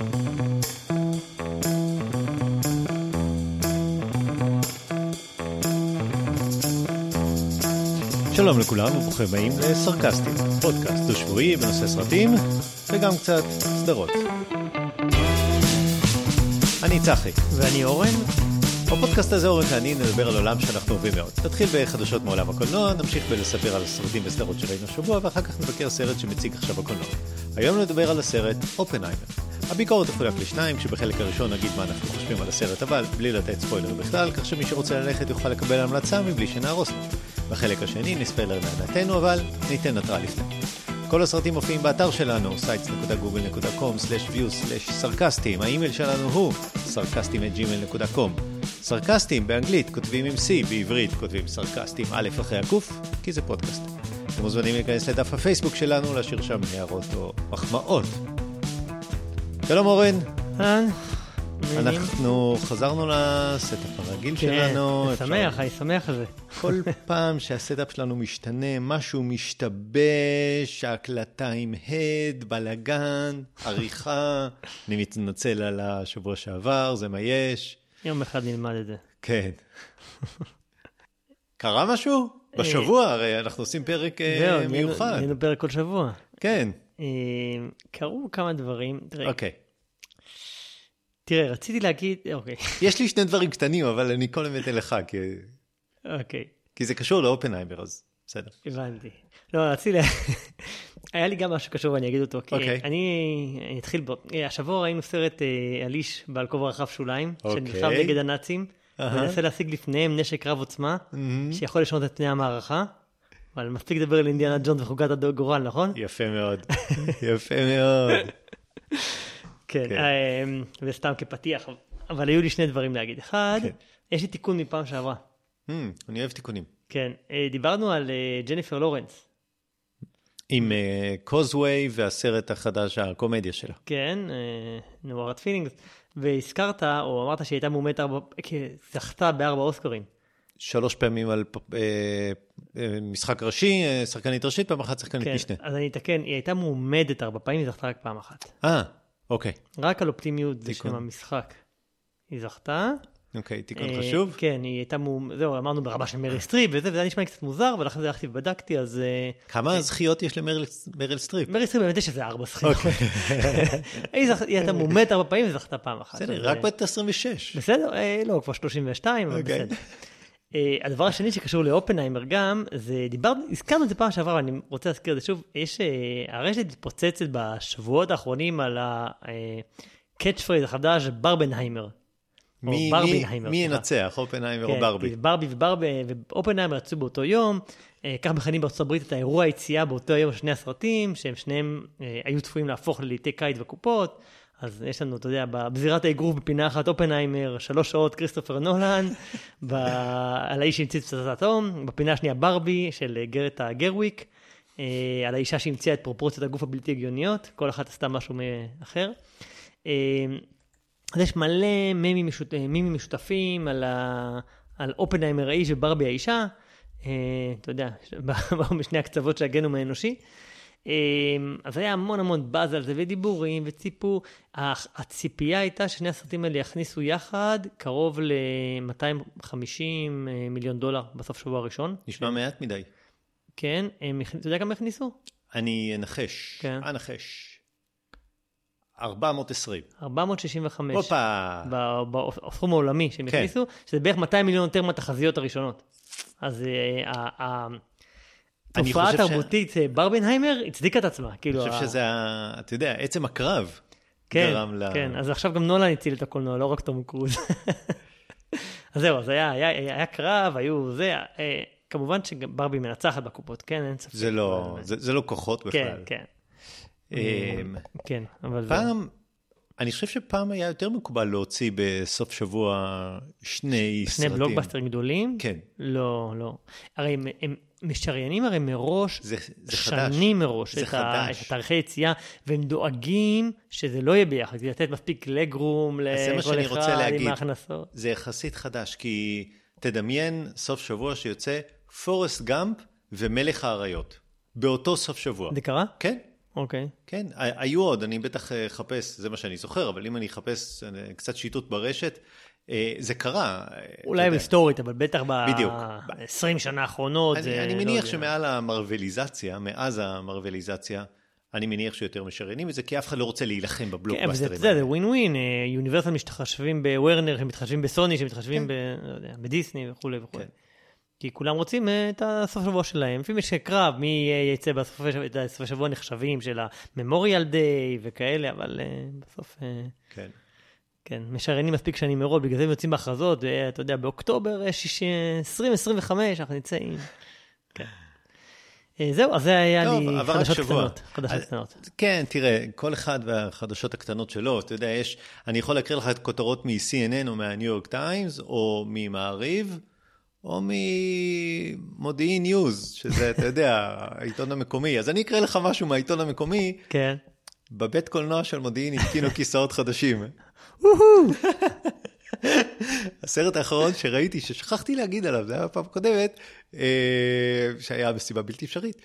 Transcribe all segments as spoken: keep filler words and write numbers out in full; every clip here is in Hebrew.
שלום לכולם וברוכים הבאים לסרקסטים, פודקאסט דו-שבועי בנושא סרטים וגם קצת סדרות. אני צחי. ואני אורן. בפודקאסט הזה אורן ואני נדבר על עולם שאנחנו אוהבים מאוד. נתחיל בחדשות מעולם הקולנוע, נמשיך בלספר על הסרטים וסדרות שראינו השבוע, ואחר כך נבקר סרט שמציג עכשיו הקולנוע. היום נדבר על הסרט אופנהיימר. הביקורת תחולק לשניים, כשבחלק הראשון נגיד מה אנחנו חושבים על הסרט, אבל בלי לתת ספוילר בכלל, כך שמי שרוצה ללכת יוכל לקבל המלצה מבלי שנהרוס לו. בחלק השני נספלר מעדתנו, אבל ניתן התראה לפני. כל הסרטים מופיעים באתר שלנו, sites דוט גוגל דוט קום סלאש ויו סלאש סרקסטים. האימייל שלנו הוא סרקסטים את ג'ימייל דוט קום. סרקסטים באנגלית כותבים עם C, בעברית כותבים סרקסטים א' אחרי הקוף, כי זה פודקאסט. אתם מוזמנים להיכנס לדף הפייסבוק שלנו, להשאיר שם הערות או מחמאות. שלום אורן. אהלן. אנחנו חזרנו לסטאפ הרגיל שלנו. כן, שמח, אני שמח על זה. כל פעם שהסטאפ שלנו משתנה, משהו משתבש, ההקלטה עם הד, בלגן, עריכה. אני מתנצל על השבוע שעבר, זה מה יש. יום אחד נלמד את זה. כן. קרה משהו? בשבוע, הרי אנחנו עושים פרק מיוחד. נהיינו פרק כל שבוע. כן. קרו כמה דברים. אוקיי. תראה, רציתי להגיד, אוקיי. יש לי שני דברים קטנים, אבל אני כל אמת אליך, כי... אוקיי. כי זה קשור לאופנהיימר, אז בסדר. הבנתי. לא, רציתי לה... היה לי גם משהו קשור ואני אגיד אותו. אוקיי. אני אתחיל בו. השבוע ראינו סרט על איש בעל כובע רחב שוליים, שנלחם אוקיי. נגד הנאצים, ומנסה להשיג לפניהם נשק קרב עוצמה, שיכול לשנות את פני המערכה, אבל מספיק לדבר על אינדיאנה ג'ונס וחוקת הגורל, נכון? יפה מאוד. יפה מאוד. כן, וסתם כפתיח, אבל היו לי שני דברים להגיד. אחד, יש לי תיקון מפעם שעברה. אני אוהב תיקונים. כן, דיברנו על ג'ניפר לורנס. עם קוזווי והסרט החדש, הקומדיה שלה. כן, נוארת פילינגס, והזכרת, או אמרת שהיא הייתה מועמדת, זכתה בארבע אוסקרים. שלוש פעמים על משחק ראשי, שחקנית ראשית, פעם אחת שחקנית משנה. אז אני אתקן, היא הייתה מועמדת ארבע פעמים, היא זכתה רק פעם אחת. אה, אוקיי. רק על אופטימיות זה שם המשחק. היא זכתה. אוקיי, תיקון חשוב. כן, היא הייתה, זהו, אמרנו ברמה של מריל סטריפ וזה, וזה נשמע לי קצת מוזר, ולכן זה הלכתי ובדקתי, אז... כמה זכיות יש למריל סטריפ? מריל סטריפ באמת יש שזה ארבע זכיות. היא הייתה מועמדת ארבע פעמים וזכתה פעם אחת. בסדר, רק בת עשרים ושש. בסדר, לא, כבר שלושים ושתיים, אבל בסדר. הדבר השני שקשור לאופנהיימר גם, זה דיברנו, הזכרנו את זה פעם שעברה, ואני רוצה להזכיר את זה שוב, יש, הרשת מתפוצצת בשבועות האחרונים על הקאץ' פרייז החדש, ברבנהיימר. מי, מי, מי ינצח, אופנהיימר או ברבי? כן, ברבי וברבי ואופנהיימר יצאו באותו יום, כך מכנים בארצות הברית את האירוע היציאה באותו יום שני הסרטים, שהם שניהם היו צפויים להפוך לליטי קיץ וקופות, אז יש לנו, אתה יודע, בזירת האגרוף בפינה אחת אופנהיימר, שלוש שעות כריסטופר נולן, על האיש שהמציא את פצצת האטום, בפינה השנייה ברבי של גרטה גרוויק, על האישה שהמציאה את פרופורציות הגוף הבלתי הגיוניות, כל אחת עשתה משהו אחר. אז יש מלא מימים משותפים, מימים משותפים על, ה... על אופנהיימר האיש וברבי האישה, אתה יודע, באו משני הקצוות של הגנום האנושי. אז היה המון המון באז על זה ודיבורים וציפו. הציפייה הייתה ששני הסרטים האלה יכניסו יחד קרוב ל-מאתיים וחמישים מיליון דולר בסוף שבוע הראשון. נשמע מעט מדי. כן, אתה יודע כמה הכניסו? אני אנחש, כן. אנחש. ארבע מאות ועשרים. ארבע מאות שישים וחמש. הופה. בסכום העולמי שהם כן. הכניסו, שזה בערך מאתיים מיליון יותר מהתחזיות הראשונות. אז התופעה התרבותית ש... ברבנהיימר הצדיקה את עצמה. אני חושב ה... שזה, אתה יודע, עצם הקרב כן, גרם ל... כן, אז עכשיו גם נולן הציל את הקולנוע, לא רק תום קרוז. אז זהו, אז היה, היה, היה קרב, היו זה, כמובן שברבי מנצחת בקופות, כן, אין ספק. זה לא, זה, זה לא כוחות בכלל. כן, כן. כן, אבל... פעם, אני חושב שפעם היה יותר מקובל להוציא בסוף שבוע שני סרטים. שני בלוקבאסטרים גדולים? כן. לא, לא. הרי הם, הם משריינים הרי מראש, זה, זה שנים מראש, את, ה, את התאריכי יציאה, והם דואגים שזה לא יהיה ביחד, כדי לתת מספיק לגרום לכל אחד עם ההכנסות. זה יחסית חדש, כי תדמיין סוף שבוע שיוצא פורסט גאמפ ומלך האריות, באותו סוף שבוע. זה קרה? כן. אוקיי. כן, היו עוד, אני בטח אחפש, זה מה שאני זוכר, אבל אם אני אחפש קצת שיטוט ברשת, זה קרה. אולי היסטורית, אבל בטח ב-עשרים שנה האחרונות. אני מניח שמעל המרוליזציה, מאז המרוליזציה, אני מניח שיותר משריינים את זה, כי אף אחד לא רוצה להילחם בבלוקבאסטרים. זה, זה ווין ווין, יוניברסל מתחשבים בוורנר, שמתחשבים בסוני, שמתחשבים בדיסני וכו' וכו'. כי כולם רוצים את הסוף שבוע שלהם. לפעמים יש קרב, מי יצא בסוף השבוע נחשבים של הממוריאל דיי וכאלה, אבל בסוף... כן. כן, משריינים מספיק שנים מראש, בגלל זה הם יוצאים בהכרזות, ואתה יודע, באוקטובר עשרים עשרים וחמש, אנחנו נצאים. כן. זהו, אז זה היה לי חדשות קטנות. חדשות קטנות. כן, תראה, כל אחד והחדשות הקטנות שלו, אתה יודע, יש, אני יכול להקריא לך את כותרות מ-סי אן אן או מהניו יורק טיימס, או ממעריב, או ממודיעין ניוז, שזה, אתה יודע, העיתון המקומי. אז אני אקריא לך משהו מהעיתון המקומי. כן. בבית קולנוע של מודיעין התקינו כיסאות חדשים. הסרט האחרון שראיתי, ששכחתי להגיד עליו, זה היה פעם קודמת, שהיה בסיבה בלתי אפשרית.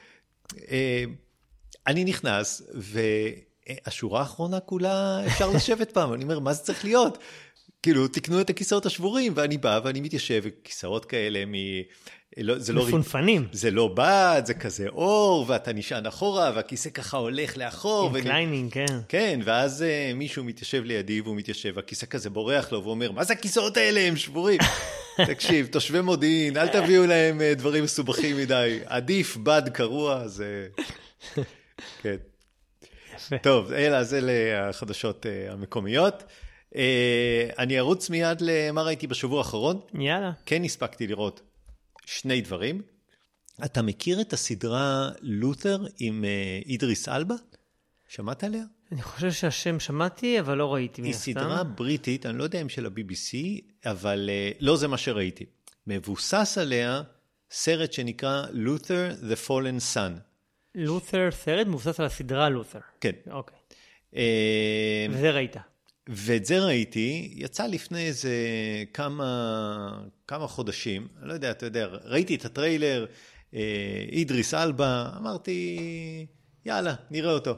אני נכנס, והשורה האחרונה כולה אפשר לשבת פעם. אני אומר, מה זה צריך להיות? כאילו, תקנו את הכיסאות השבורים, ואני בא ואני מתיישב, וכיסאות כאלה מ... מפונפנים. זה לא בד, זה כזה אור, ואתה נשען אחורה, והכיסא ככה הולך לאחור. עם קליינינג, כן. כן, ואז מישהו מתיישב לידי, והוא מתיישב, הכיסא כזה בורח לו, והוא אומר, מה זה הכיסאות האלה? הם שבורים. תקשיב, תושבי מודיעין, אל תביאו להם דברים מסובכים מדי. עדיף בד קרוע, זה... כן. טוב, אלה, זה לחדשות המקומיות. אני ארוץ מיד למה ראיתי בשבוע האחרון. יאללה. כן הספקתי לראות שני דברים. אתה מכיר את הסדרה לותר עם אידריס אלבה? שמעת עליה? אני חושב שהשם שמעתי, אבל לא ראיתי. היא סדרה בריטית, אני לא יודע אם של ה-בי בי סי, אבל לא זה מה שראיתי. מבוסס עליה סרט שנקרא Luther the Fallen Sun. לותר סרט מבוסס על הסדרה לותר. כן. אוקיי. וזה ראית? ואת זה ראיתי, יצא לפני איזה כמה, כמה חודשים, אני לא יודע, אתה יודע, ראיתי את הטריילר, אידריס אלבה, אמרתי, יאללה, נראה אותו.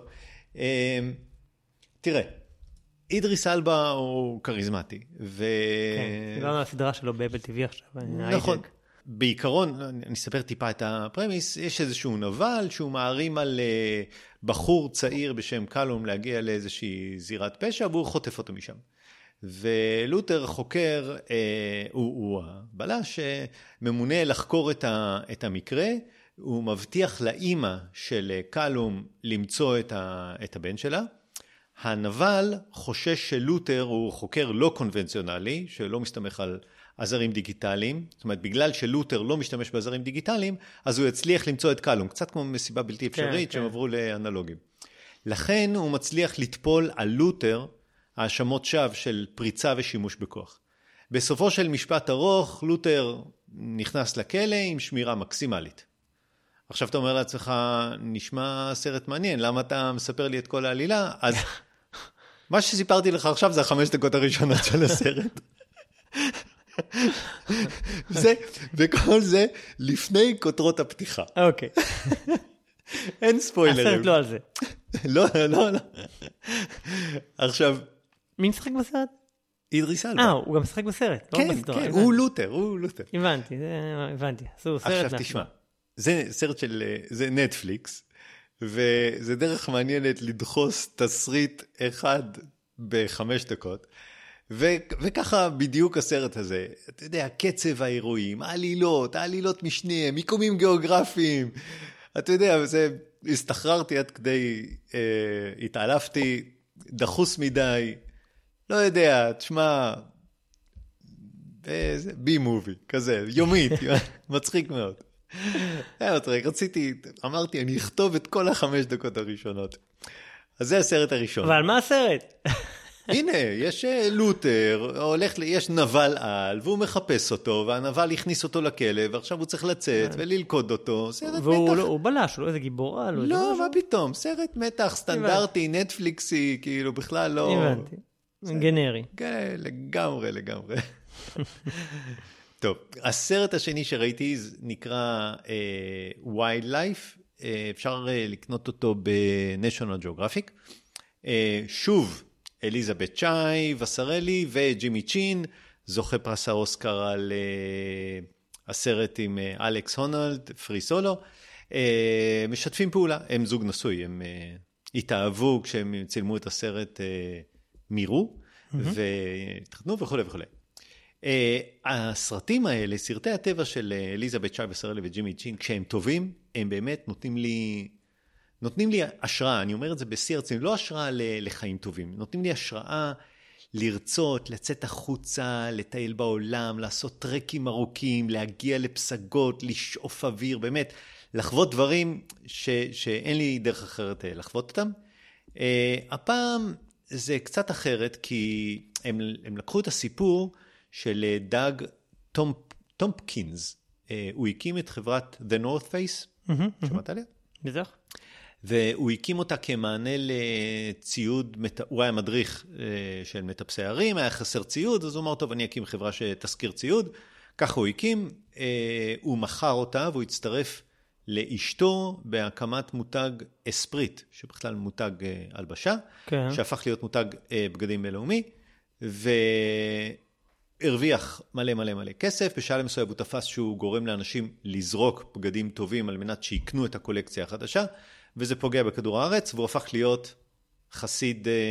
תראה, אידריס אלבה הוא קריזמטי, ו... כן, דיברנו על הסדרה שלו באפל טי וי עכשיו. נכון. בעיקרון, אני אספר טיפה את הפרמיס, יש איזשהו נבל שהוא מערים על בחור צעיר בשם קלום להגיע לאיזושהי זירת פשע, והוא חוטף אותו משם. ולותר חוקר, הוא, הוא הבלש, ממונה לחקור את, ה, את המקרה, הוא מבטיח לאמא של קלום למצוא את, ה, את הבן שלה. הנבל חושש שלותר הוא חוקר לא קונבנציונלי, שלא מסתמך על עזרים דיגיטליים, זאת אומרת, בגלל שלותר לא משתמש בעזרים דיגיטליים, אז הוא יצליח למצוא את קלום, קצת כמו מסיבה בלתי אפשרית, כן, שהם כן. עברו לאנלוגים. לכן הוא מצליח לטפול על לותר, האשמות שווא של פריצה ושימוש בכוח. בסופו של משפט ארוך, לותר נכנס לכלא עם שמירה מקסימלית. עכשיו אתה אומר לעצמך, נשמע סרט מעניין, למה אתה מספר לי את כל העלילה? אז מה שסיפרתי לך עכשיו זה החמש דקות הראשונות של הסרט. זה, וכל זה לפני כותרות הפתיחה. אוקיי. אין ספוילרים. הסרט לא על זה. לא, לא, לא. עכשיו... מי משחק בסרט? אידריס אלבה. אה, הוא גם משחק בסרט. כן, כן, הוא לותר, הוא לותר. הבנתי, הבנתי. עכשיו תשמע, זה סרט של, זה נטפליקס, וזה דרך מעניינת לדחוס תסריט אחד בחמש דקות, ו- וככה בדיוק הסרט הזה, אתה יודע, קצב האירועים, העלילות, העלילות משנה, מיקומים גיאוגרפיים, אתה יודע, זה, הסתחררתי עד כדי, אה, התעלפתי, דחוס מדי, לא יודע, תשמע, בי מובי, כזה, יומית, מצחיק מאוד. היה מצחיק, רציתי, אמרתי, אני אכתוב את כל החמש דקות הראשונות. אז זה הסרט הראשון. אבל מה הסרט? הנה, יש לותר, הולך, יש נבל על, והוא מחפש אותו, והנבל הכניס אותו לכלא, ועכשיו הוא צריך לצאת וללכוד אותו. סרט מתח. והוא בלש, הוא לא איזה גיבור על. לא, מה פתאום, סרט מתח סטנדרטי, נטפליקסי, כאילו בכלל לא... הבנתי, גנרי. לגמרי, לגמרי. טוב, הסרט השני שראיתי נקרא Wildlife, אפשר לקנות אותו ב-National Geographic. שוב, אליזבת צ'אי, וסרלי וג'ימי צ'ין, זוכה פרס האוסקר על הסרט עם אלכס הונלד, פרי סולו, משתפים פעולה, הם זוג נשוי, הם התאהבו כשהם צילמו את הסרט מירו, והתחתנו וכו' וכו'. הסרטים האלה, סרטי הטבע של אליזבת צ'אי, וסרלי וג'ימי צ'ין, כשהם טובים, הם באמת נותנים לי, נותנים לי השראה, אני אומר את זה בשיא הרצינות, לא השראה לחיים טובים, נותנים לי השראה לרצות, לצאת החוצה, לטייל בעולם, לעשות טרקים ארוכים, להגיע לפסגות, לשאוף אוויר, באמת, לחוות דברים ש, שאין לי דרך אחרת לחוות אותם. Uh, הפעם זה קצת אחרת, כי הם, הם לקחו את הסיפור של דאג טומפ, טומפקינס. Uh, הוא הקים את חברת The North Face, mm-hmm, שמעת עליה? בטח. והוא הקים אותה כמענה לציוד, הוא היה מדריך של מטפסי הרים, היה חסר ציוד, אז הוא אמר, טוב, אני אקים חברה שתזכיר ציוד. ככה הוא הקים, הוא מכר אותה, והוא הצטרף לאשתו בהקמת מותג אספריט, שבכלל מותג הלבשה, כן. שהפך להיות מותג בגדים בינלאומי, והרוויח מלא מלא מלא כסף. בשלב מסוים הוא תפס שהוא גורם לאנשים לזרוק בגדים טובים על מנת שיקנו את הקולקציה החדשה, וזה פוגע בכדור הארץ, והוא הפך להיות חסיד אה,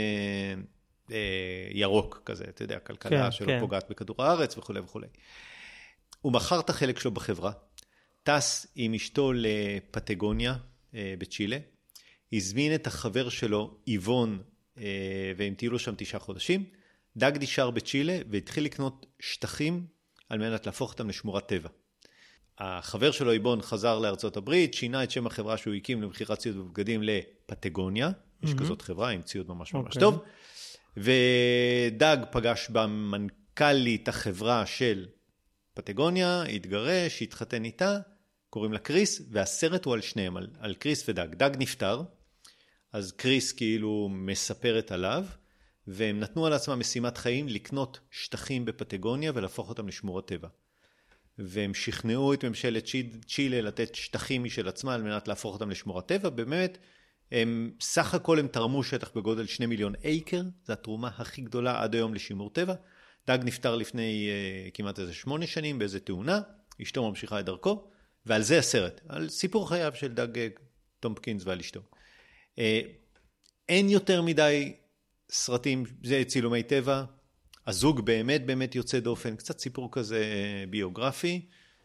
אה, ירוק כזה, אתה יודע, כלכלה כן, שלא כן. פוגעת בכדור הארץ וכו' וכו'. הוא מכר את החלק שלו בחברה, טס עם אשתו לפטגוניה אה, בצ'ילה, הזמין את החבר שלו איבון, אה, והם טיילו שם תשעה חודשים, דאג נשאר בצ'ילה והתחיל לקנות שטחים על מנת להפוך אותם לשמורת טבע. החבר שלו איבון חזר לארצות הברית, שינה את שם החברה שהוא הקים למכירת ציוד ובגדים לפטגוניה, יש כזאת חברה עם ציוד ממש ממש טוב, ודאג פגש במנכ"לית החברה של פטגוניה, התגרש, התחתן איתה, קוראים לה קריס, והסרט הוא על שניהם, על, על קריס ודאג. דאג נפטר, אז קריס כאילו מספרת עליו, והם נתנו על עצמם משימת חיים לקנות שטחים בפטגוניה ולהפוך אותם לשמורות טבע. והם שכנעו את ממשלת צ'ילה לתת שטחים משל עצמה על מנת להפוך אותם לשמורת טבע. באמת, הם, סך הכל הם תרמו שטח בגודל שני מיליון אייקר, זו התרומה הכי גדולה עד היום לשימור טבע. דאג נפטר לפני uh, כמעט איזה שמונה שנים באיזה תאונה, אשתו ממשיכה את דרכו, ועל זה הסרט, על סיפור חייו של דאג uh, טומפקינס ועל אשתו. Uh, אין יותר מדי סרטים, זה צילומי טבע, הזוג באמת באמת יוצא דופן, קצת סיפור כזה ביוגרפי.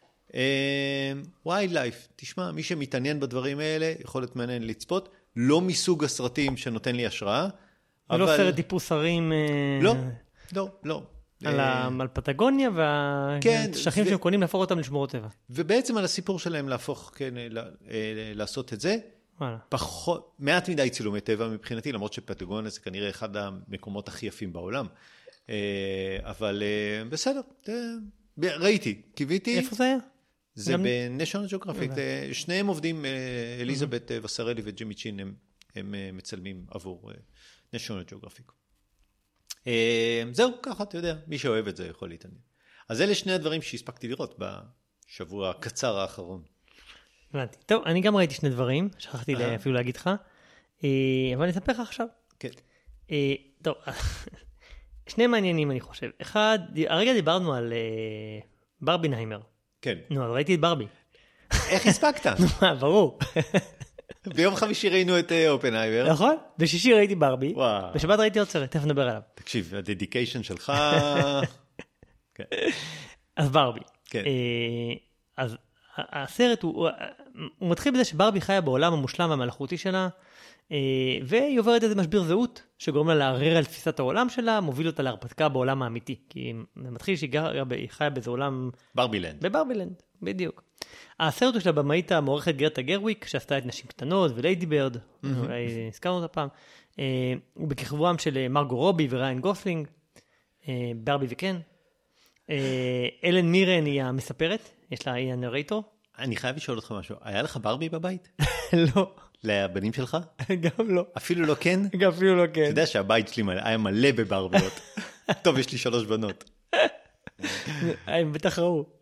ווילד לייף, תשמע, מי שמתעניין בדברים האלה, יכול להיות מעניין לצפות, לא מסוג הסרטים שנותן לי השראה. זה לא סרט טיפוס הרים... לא, לא, לא. על פטגוניה והשטחים שהם קונים להפוך אותם לשמורות טבע. ובעצם על הסיפור שלהם להפוך, כן, לעשות את זה. פחות, מעט מדי צילומי טבע מבחינתי, למרות שפטגוניה זה כנראה אחד המקומות הכי יפים בעולם. אבל בסדר, ראיתי, קיוויתי. איפה זה היה? זה ב-National Geographic, שניהם עובדים, אליזבת וסרלי וג'ימי צ'ין, הם מצלמים עבור National Geographic. זהו, ככה, אתה יודע, מי שאוהב את זה יכול להתעניין. אז אלה שני הדברים שהספקתי לראות בשבוע הקצר האחרון. הבנתי. טוב, אני גם ראיתי שני דברים, שכחתי אפילו להגיד לך, אבל אני אספר לך עכשיו. כן. טוב, שני מעניינים אני חושב. אחד, הרגע דיברנו על ברביניימר. כן. נו, אז ראיתי את ברבי. איך הספקת? נו, ברור. ביום חמישי ראינו את אופנהיימר. נכון, בשישי ראיתי ברבי, בשבת ראיתי עוד סרט, תכף נדבר עליו. תקשיב, הדדיקיישן שלך... אז ברבי. כן. אז הסרט הוא, הוא מתחיל בזה שברבי חיה בעולם המושלם והמלאכותי שלה, והיא עוברת איזה משבר זהות, שגורם לה לערער על תפיסת העולם שלה, מוביל אותה להרפתקה בעולם האמיתי. כי זה מתחיל שהיא חיה באיזה עולם... ברבילנד. בברבילנד, בדיוק. הסרט הוא של הבמאית המוערכת גרטה גרוויק, שעשתה את נשים קטנות וליידי בירד, אולי הזכרנו אותה פעם. הוא בכיכובם של מרגו רובי וריין גוסלינג, ברבי וכן. אלן מירן היא המספרת, יש לה, היא הנרייטור. אני חייב לשאול אותך משהו, היה לך ברבי בבית? לא. לבנים שלך? גם לא. אפילו לא כן? גם אפילו לא כן. אתה יודע שהבית שלי היה מלא בברביות. טוב, יש לי שלוש בנות. הם בטח ראו.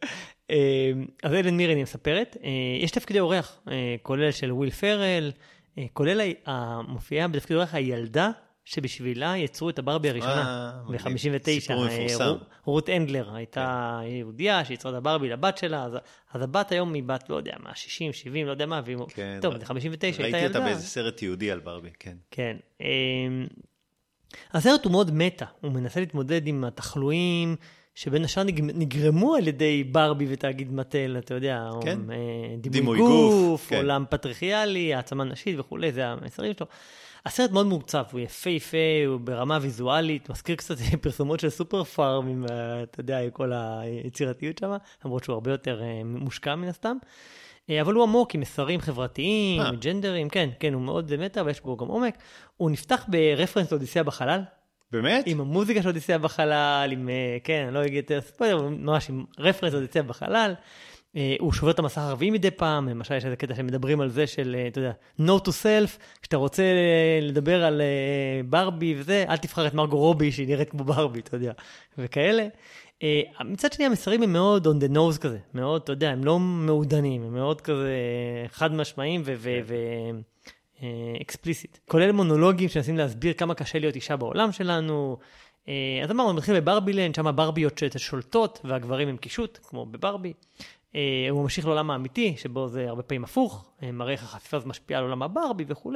אז אלן מירן היא מספרת, יש תפקידי אורח, כולל של וויל פרל, כולל המופיעה בתפקיד אורח הילדה, שבשבילה יצרו את הברבי הראשונה, ב-חמישים ותשע. סיפור מפורסם. רות אנדלר הייתה יהודיה שיצרה את הברבי לבת שלה, אז הבת היום היא בת, לא יודע מה, שישים, שבעים, לא יודע מה, טוב, ב-חמישים ותשע הייתה ילדה. ראיתי אותה באיזה סרט יהודי על ברבי, כן. כן. הסרט הוא מאוד מטה, הוא מנסה להתמודד עם התחלואים, שבין השאר נגרמו על ידי ברבי ותאגיד מטל, אתה יודע, כן. דימוי גוף, עולם פטריכיאלי, העצמה נשית וכו', זה המסרים שלו. הסרט מאוד מורצב, הוא יפהפה, הוא ברמה ויזואלית, מזכיר קצת פרסומות של סופר פארם, אתה יודע, כל היצירתיות שם, למרות שהוא הרבה יותר מושקע מן הסתם. אבל הוא עמוק עם מסרים חברתיים, עם ג'נדרים, כן, כן, הוא מאוד מטה, אבל יש בו גם עומק. הוא נפתח ברפרנס לאודיסאה בחלל. באמת? עם המוזיקה של אודיסאה בחלל, עם, כן, לא אגיד יותר ספוילר, ממש עם רפרנס לאודיסאה בחלל. הוא שובר את המסך הרביעי מדי פעם, למשל יש איזה קטע שמדברים על זה של, אתה יודע, no to self, כשאתה רוצה לדבר על ברבי וזה, אל תבחר את מרגו רובי שהיא נראית כמו ברבי, אתה יודע, וכאלה. מצד שני המסרים הם מאוד on the nose כזה, מאוד, אתה יודע, הם לא מעודנים, הם מאוד כזה חד משמעיים ואקספליסיט. כולל מונולוגים שנסים להסביר כמה קשה להיות אישה בעולם שלנו. אז אמרנו, אני מתחיל בברבילנד, שם הברביות שולטות והגברים הם קישוט, כמו בברבי. הוא ממשיך לעולם האמיתי, שבו זה הרבה פעמים הפוך, מראה איך החשיפה הזו משפיעה על עולם הברבי וכו'.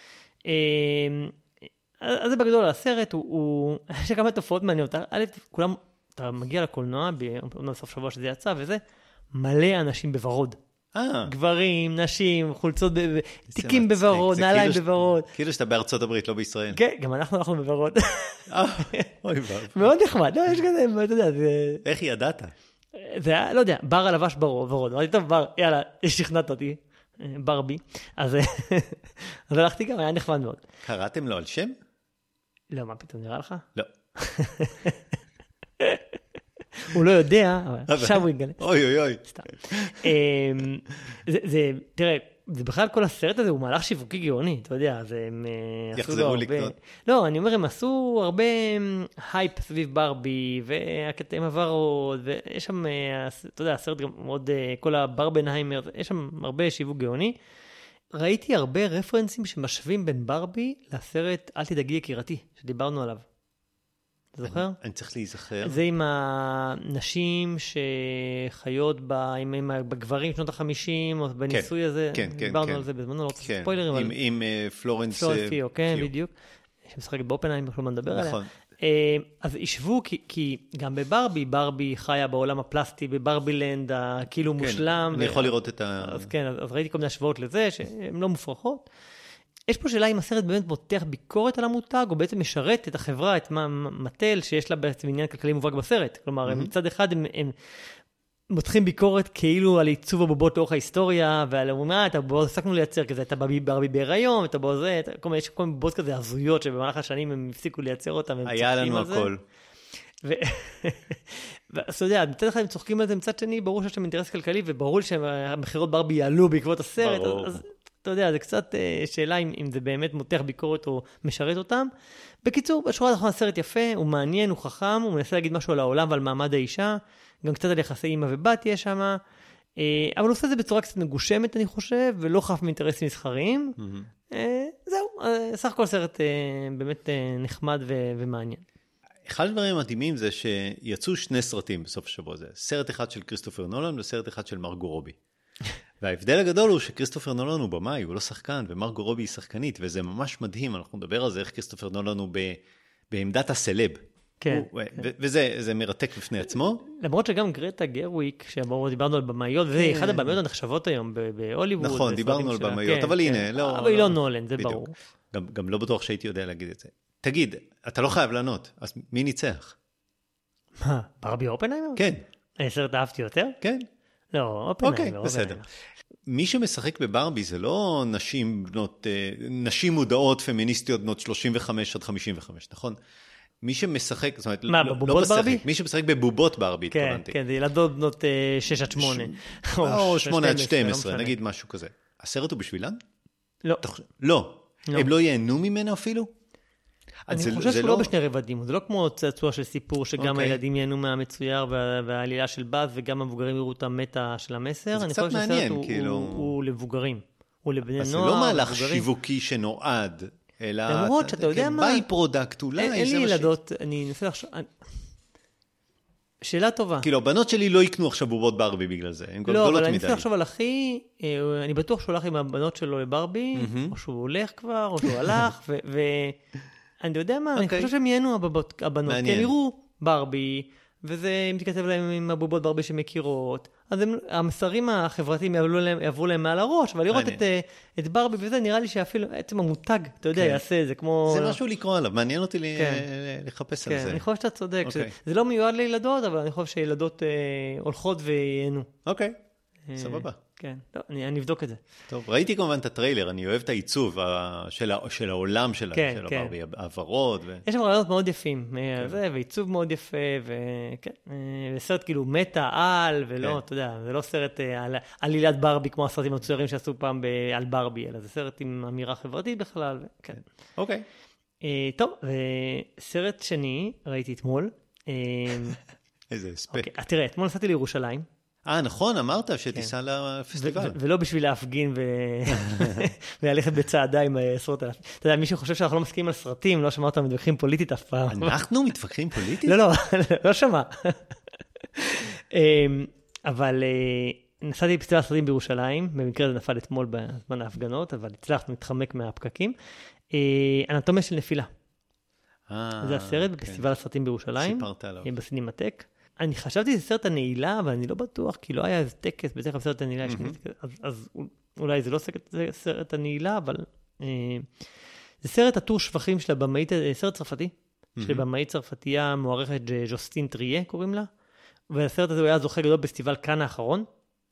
אז זה בגדול הסרט, הוא, יש כמה תופעות מעניינות. א', כולם, אתה מגיע לקולנוע, בסוף שבוע שזה יצא, וזה מלא אנשים בוורוד. גברים, נשים, חולצות, תיקים בוורוד, נעליים בוורוד. כאילו שאתה בארצות הברית, לא בישראל. כן, גם אנחנו הלכנו בוורוד. אוי ואב. מאוד נחמד, לא, יש כזה, אתה יודע, זה... איך ידעת? זה היה, לא יודע, בר הלבש ורוד. אמרתי, טוב, בר, יאללה, שכנעת אותי, ברבי. אז הלכתי גם, היה נחמד מאוד. קראתם לו על שם? לא, מה פתאום, נראה לך? לא. הוא לא יודע, אבל עכשיו הוא יתגלה. אוי אוי אוי. סתם. זה, תראה, זה בכלל כל הסרט הזה הוא מהלך שיווקי גאוני, אתה יודע, אז הם יחזרו לקנות. לא, אני אומר, הם עשו הרבה הייפ סביב ברבי, והקטעים הוורוד, ויש שם, אתה יודע, הסרט גם מאוד, כל הברבנהיימר, יש שם הרבה שיווק גאוני. ראיתי הרבה רפרנסים שמשווים בין ברבי לסרט אל תדאגי יקירתי, שדיברנו עליו. אתה זוכר? אני צריך להיזכר. זה עם הנשים שחיות בגברים שנות החמישים, או בניסוי הזה. כן, כן, כן. דיברנו על זה בזמנו, לא רוצה ספוילרים. עם פלורנס פיו, כן, בדיוק. שמשחקת באופנהיים, בכלל לא נדבר עליה. נכון. אז ישבו, כי גם בברבי, ברבי חיה בעולם הפלסטי, בברבילנד, הכאילו מושלם. אני יכול לראות את ה... אז כן, אז ראיתי כל מיני השוואות לזה, שהן לא מופרכות. יש פה שאלה אם הסרט באמת מותח ביקורת על המותג, או בעצם משרת את החברה, את מטל, שיש לה בעצם עניין כלכלי מובהק בסרט. כלומר, מצד אחד הם, הם מותחים ביקורת כאילו על עיצוב הבובות לאורך ההיסטוריה, ועל אומה, את הבובות הפסקנו לייצר כזה, את הברבי בהיריון, את הבובות זה, יש כל מיני בובות כזה הזויות, שבמהלך השנים הם הפסיקו לייצר אותם. היה לנו הכל. אז אתה יודע, מצד אחד הם צוחקים על זה, מצד שני, ברור שיש להם אינטרס כלכלי, וברור שהמחירות ברבי יעלו בעקבות הסרט, אז אתה יודע, זה קצת שאלה אם, אם זה באמת מותח ביקורת או משרת אותם. בקיצור, בשורה התחתונה הסרט יפה, הוא מעניין, הוא חכם, הוא מנסה להגיד משהו על העולם ועל מעמד האישה, גם קצת על יחסי אמא ובת יש שם, אבל הוא עושה את זה בצורה קצת מגושמת, אני חושב, ולא חף מאינטרסים מסחריים. Mm-hmm. זהו, סך הכל סרט באמת נחמד ו- ומעניין. אחד הדברים המדהימים זה שיצאו שני סרטים בסוף השבוע הזה. סרט אחד של כריסטופר נולן וסרט אחד של מרגו רובי. וההבדל הגדול הוא שכריסטופר נולן הוא במאי, הוא לא שחקן, ומרגו רובי היא שחקנית, וזה ממש מדהים, אנחנו נדבר על זה, איך כריסטופר נולן הוא ב, בעמדת הסלב. כן. הוא, כן. ו- וזה זה מרתק בפני עצמו. למרות שגם גרטה גרוויק, שבו דיברנו על במאיות, זה אחד הבמאיות הנחשבות היום בהוליווד. נכון, דיברנו על במאיות, כן, אבל כן. הנה, לא... אבל היא לא נולן, זה בדיוק. ברור. גם, גם לא בטוח שהייתי יודע להגיד את זה. תגיד, אתה לא חייב לענות, אז מי ניצח? מה, ברבי אופנהיימר? כן. הסרט אהבתי יותר? כן. לא, אופנהיימר. אוקיי, בסדר. מי שמשחק בברבי זה לא נשים בנות, נשים מודעות פמיניסטיות בנות שלושים וחמש עד חמישים וחמש, נכון? מי שמשחק, זאת אומרת, מה, לא, בבובות לא ברבי? מי שמשחק בבובות ברבי, כן, התכוונתי. כן, זה ילדות בנות שש עד שמונה. ש... או שמונה עד שתים עשרה, נגיד משהו כזה. הסרט הוא בשבילן? לא. תח... לא. לא. הם לא ייהנו ממנו אפילו? אני חושב שהוא לא בשני רבדים, זה לא כמו צעצוע של סיפור, שגם הילדים ייהנו מהמצויר והעלילה של באז, וגם המבוגרים יראו את המטה של המסר. זה קצת מעניין, כאילו... הוא לבוגרים, הוא לבני נוער. אז זה לא מהלך שיווקי שנועד, אלא... למרות שאתה יודע מה... ביי פרודקט, אולי... אין לי ילדות, אני אנסה לחשוב... שאלה טובה. כאילו, הבנות שלי לא יקנו עכשיו בובות ברבי בגלל זה, הן גדולות מדי. לא, אבל אני אנסה לחשוב על אחי, אני בטוח שהוא הולך עם הבנות שלו לברבי, או שהוא הולך כבר, או שהוא הלך, ואני יודע מה, אני חושב שהם ייהנו הבנות, כי הם יראו ברבי, וזה, אם תכתב להם עם הבובות ברבי שמכירות, אז המסרים החברתיים יעברו להם מעל הראש, אבל לראות את ברבי וזה, נראה לי שאפילו, עצם המותג, אתה יודע, יעשה את זה כמו... זה משהו לקרוא עליו, מעניין אותי לחפש על זה. כן, אני חושב שאתה צודק, זה לא מיועד לילדות, אבל אני חושב שילדות הולכות וייהנו. אוקיי, סבבה. כן, לא, אני, אני אבדוק את זה. טוב, ראיתי כמובן את הטריילר, אני אוהב את העיצוב של, של העולם של, כן, של כן. הברבי, העברות. ו... יש שם רעיונות מאוד יפים, כן. זה, ועיצוב מאוד יפה, וכן, וסרט כאילו מטה על, ולא, כן. אתה יודע, זה לא סרט על עלילת ברבי, כמו הסרטים המצוירים שעשו פעם ב, על ברבי, אלא זה סרט עם אמירה חברתית בכלל, וכן. אוקיי. טוב, וסרט שני, ראיתי אתמול. איזה הספק. אוקיי, תראה, אתמול נסעתי לירושלים, אה, נכון, אמרת שתיסע לפסטיבל. ולא בשביל להפגין וללכת בצעדה עם עשרות אלפים. אתה יודע, מישהו חושב שאנחנו לא מסכימים על סרטים, לא שמע אותם מתווכחים פוליטית אף פעם. אנחנו מתווכחים פוליטית? לא, לא, לא שמע. אבל נסעתי בפסטיבל הסרטים בירושלים, במקרה זה נפל אתמול בזמן ההפגנות, אבל הצלחנו להתחמק מהפקקים. אנטומיה של נפילה. זה הסרט בפסטיבל הסרטים בירושלים. סיפרת עליו. בסינמטק. אני חשבתי שזה סרט הנעילה, אבל אני לא בטוח, כי לא היה איזה טקס, בדרך כלל סרט הנעילה, mm-hmm. אז, אז אולי זה לא סרט, סרט הנעילה, אבל אה, זה סרט הטור שבחים של הבמאית, סרט צרפתי, mm-hmm. של הבמאית צרפתייה מוערכת ז'וסטין טריה, קוראים לה, והסרט הזה הוא היה זוכה גדול בפסטיבל כאן האחרון.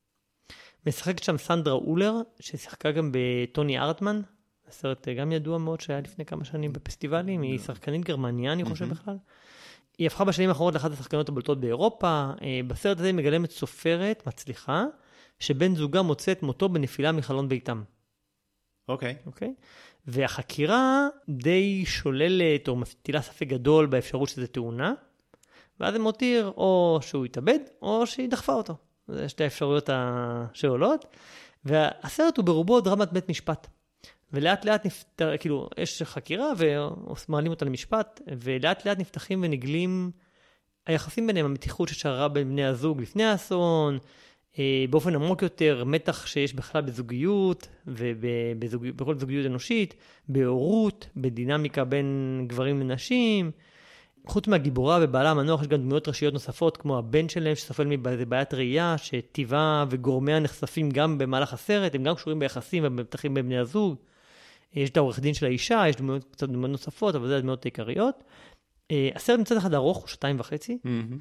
משחקת שם סנדרה אולר, ששיחקה גם בטוני ארטמן, הסרט גם ידוע מאוד שהיה לפני כמה שנים בפסטיבלים, היא שחקנית גרמניה, אני חושב בכלל. היא הפכה בשנים האחרונות לאחת השחקנות הבולטות באירופה. בסרט הזה היא מגלמת סופרת מצליחה, שבן זוגה מוצא את מותו בנפילה מחלון ביתם. אוקיי. אוקיי? והחקירה די שוללת או מטילה ספק גדול באפשרות שזה תאונה, ואז הם מותיר או שהוא יתאבד, או שהיא דחפה אותו. זה שתי האפשרויות שעולות. והסרט הוא ברובו דרמת בית משפט. ולאט לאט נפתח, כאילו, יש חקירה ומעלים אותה למשפט, ולאט לאט נפתחים ונגלים היחסים ביניהם, המתיחות ששררה בין בני הזוג לפני האסון, באופן עמוק יותר, מתח שיש בכלל בזוגיות, ובכל זוגיות אנושית, בהורות, בדינמיקה בין גברים לנשים. חוץ מהגיבורה ובעלה המנוח, יש גם דמויות ראשיות נוספות, כמו הבן שלהם, שסופל מבעיית ראייה, שטבעה וגורמיה נחשפים גם במהלך הסרט, הם גם קשורים ביחסים ובמתחים בין בני הזוג. יש את העורך דין של האישה, יש דמויות קצת דמויות נוספות, אבל זה הדמויות העיקריות. הסרט מצד אחד ארוך, הוא שתיים וחצי.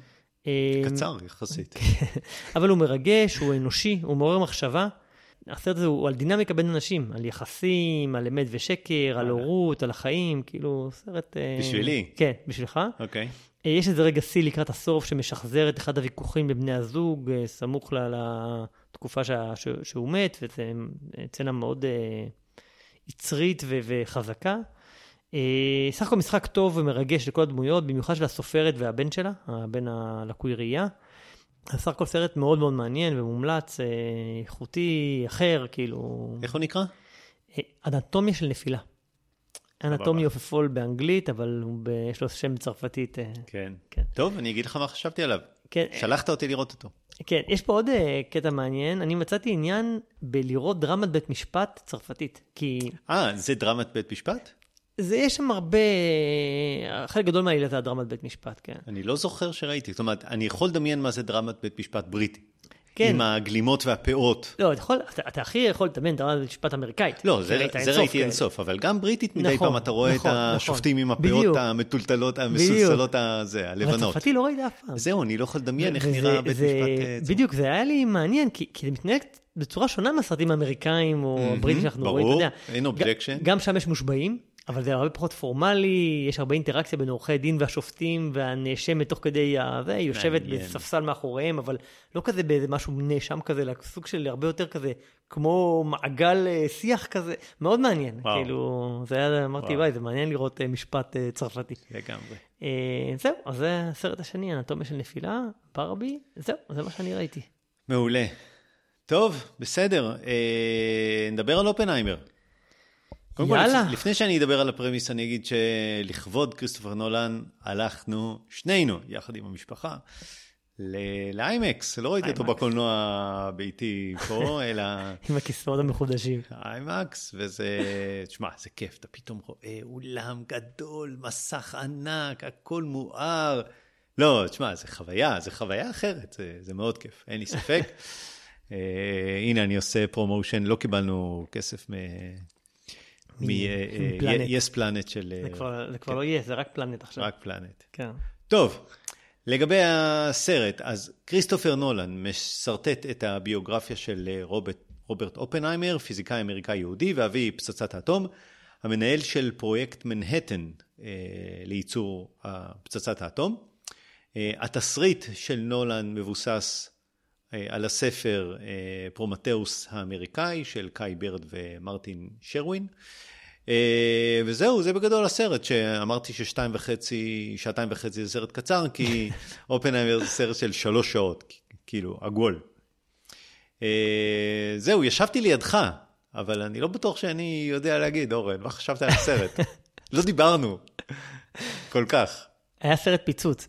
קצר יחסית. אבל הוא מרגש, הוא אנושי, הוא מעורר מחשבה. הסרט הזה הוא על דינמיקה בין אנשים, על יחסים, על אמת ושקר, על הורות, על החיים, כאילו סרט... בשבילי? כן, בשבילך. אוקיי. יש איזה רגע שיא לקראת הסוף שמשחזר את אחד הוויכוחים בבני הזוג, סמוך לתקופה שהוא מת, וזה צנה מאוד יצרית וחזקה. סך הכל משחק טוב ומרגש לכל הדמויות, במיוחד של הסופרת והבן שלה, הבן הלקוי ראייה. סך הכל סרט מאוד מאוד מעניין ומומלץ, איכותי, אחר, כאילו... איך הוא נקרא? אנטומיה של נפילה. אנטומיה of a fall באנגלית, אבל יש לו שם בצרפתית. כן. טוב, אני אגיד לך מה חשבתי עליו. שלחת אותי לראות אותו. כן, יש פה עוד קטע מעניין. אני מצאתי עניין בלראות דרמת בית משפט צרפתית. כי... אה, זה דרמת בית משפט? זה יש שם הרבה, חלק גדול מהעילה זה הדרמת בית משפט, כן. אני לא זוכר שראיתי, זאת אומרת, אני יכול לדמיין מה זה דרמת בית משפט בריטי. כן. עם הגלימות והפאות. לא, אתה, יכול, אתה, אתה הכי יכול לדמיין דרמת בית משפט אמריקאית. לא, זה, זה ראיתי אינסוף, אבל גם בריטית מדי נכון, פעם אתה רואה נכון, את השופטים נכון. עם הפאות בדיוק. המטולטלות, המסולסלות, הזה, הלבנות. אבל צרפתי לא ראיתי אף פעם. זהו, אני לא יכול לדמיין איך נראה בית זה, משפט. בדיוק, זה היה לי מעניין, כי, כי זה מתנהג בצורה שונה מהסרטים האמריקאים או הבריטים שאנחנו רואים. ברור, אין אובג'קשן. גם שם יש מושבעים. אבל זה הרבה פחות פורמלי, יש הרבה אינטראקציה בין עורכי דין והשופטים, והנאשמת תוך כדי הזה, היא יושבת בספסל מאחוריהם, אבל לא כזה באיזה משהו נאשם כזה, אלא סוג של הרבה יותר כזה, כמו מעגל שיח כזה, מאוד מעניין. וואו. כאילו, זה היה, אמרתי, וואי, זה מעניין לראות משפט צרפתי. לגמרי. זהו, אז זה הסרט השני, אנטומיה של נפילה, ברבי, זהו, זה מה שאני ראיתי. מעולה. טוב, בסדר. נדבר על אופנהיימר. קודם כל, לפני שאני אדבר על הפרמיס, אני אגיד שלכבוד כריסטופר נולן, הלכנו שנינו, יחד עם המשפחה, לאיימקס. לא ראיתי אותו בקולנוע ביתי פה, אלא... עם הכיסאות המחודשים. איימקס, וזה... תשמע, זה כיף, אתה פתאום רואה אולם גדול, מסך ענק, הכל מואר. לא, תשמע, זה חוויה, זה חוויה אחרת, זה מאוד כיף, אין לי ספק. הנה, אני עושה פרומושן, לא קיבלנו כסף מ... מ-Yes Planet של... זה כבר לא Yes, זה רק פלנט עכשיו. רק פלנט. כן. טוב, לגבי הסרט, אז כריסטופר נולן משרטט את הביוגרפיה של רוברט אופנהיימר, פיזיקאי אמריקאי יהודי, ואבי פצצת האטום, המנהל של פרויקט מנהטן לייצור פצצת האטום. התסריט של נולן מבוסס על הספר פרומטאוס האמריקאי של קאי ברד ומרטין שרווין. וזהו, זה בגדול הסרט שאמרתי ששתיים וחצי, שעתיים וחצי זה סרט קצר, כי אופנהיימר זה סרט של שלוש שעות, כאילו, עגול. זהו, ישבתי לידך, אבל אני לא בטוח שאני יודע להגיד, אורן, מה חשבת על הסרט? לא דיברנו כל כך. היה סרט פיצוץ.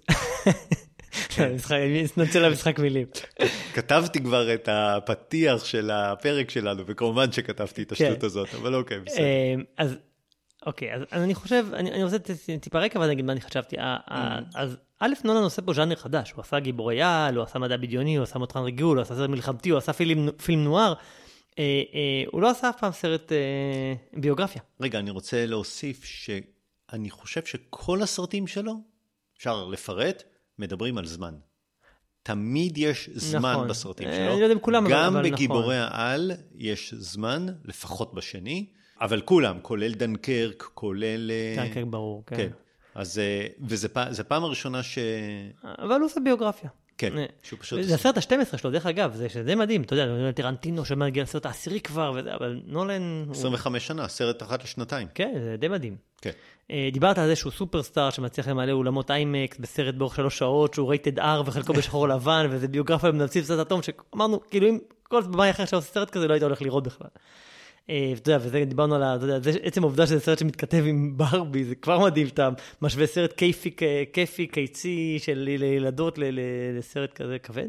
נוצא למשחק מילים. כתבתי כבר את הפתיח של הפרק שלנו, וכמובן שכתבתי את השטות הזאת, אבל אוקיי, בסדר. אז, אוקיי, אז אני חושב, אני רוצה טיפה רקע, אבל נגיד מה אני חשבתי. אז א' נולן עושה פה ז'אנר חדש, הוא עשה גיבורי על, הוא עשה מדע בדיוני, הוא עשה מוטרן ריגול, הוא עשה סרט מלחמתי, הוא עשה פילם נואר, הוא לא עשה אף פעם סרט ביוגרפיה. רגע, אני רוצה להוסיף שאני חושב שכל הסרטים שלו, אפשר לפרט, מדברים על זמן. תמיד יש זמן נכון. בסרטים שלו. אני לא יודע אם כולם, גם אבל בגיבורי נכון. העל יש זמן, לפחות בשני, אבל כולם, כולל דנקרק, כולל... דנקרק ברור, כן. כן. אז, וזה זה פעם הראשונה ש... אבל הוא עושה ביוגרפיה. כן, שהוא פשוט... זה הסרט ה-שתים עשרה שלו, דרך אגב, זה שזה מדהים, אתה יודע, טרנטינו שמגיע לסרט העשירי כבר, אבל נולן... עשרים וחמש שנה, סרט אחת לשנתיים. כן, זה די מדהים. כן. דיברת על זה שהוא סופרסטאר שמצליח למלא אולמות איימקס בסרט באורך שלוש שעות, שהוא רייטד אר וחלקו בשחור לבן, וזה ביוגרפיה במנבציב פצצת אטום, שאמרנו, כאילו אם כל במה אחר שעושה סרט כזה, לא היית הולך לראות בכלל. ואתה יודע, וזה דיברנו על, אתה יודע, עצם העובדה שזה סרט שמתכתב עם ברבי, זה כבר מדהים, אתה משווה סרט כיפי, כיפי, קיצי של לילדות לסרט כזה כבד.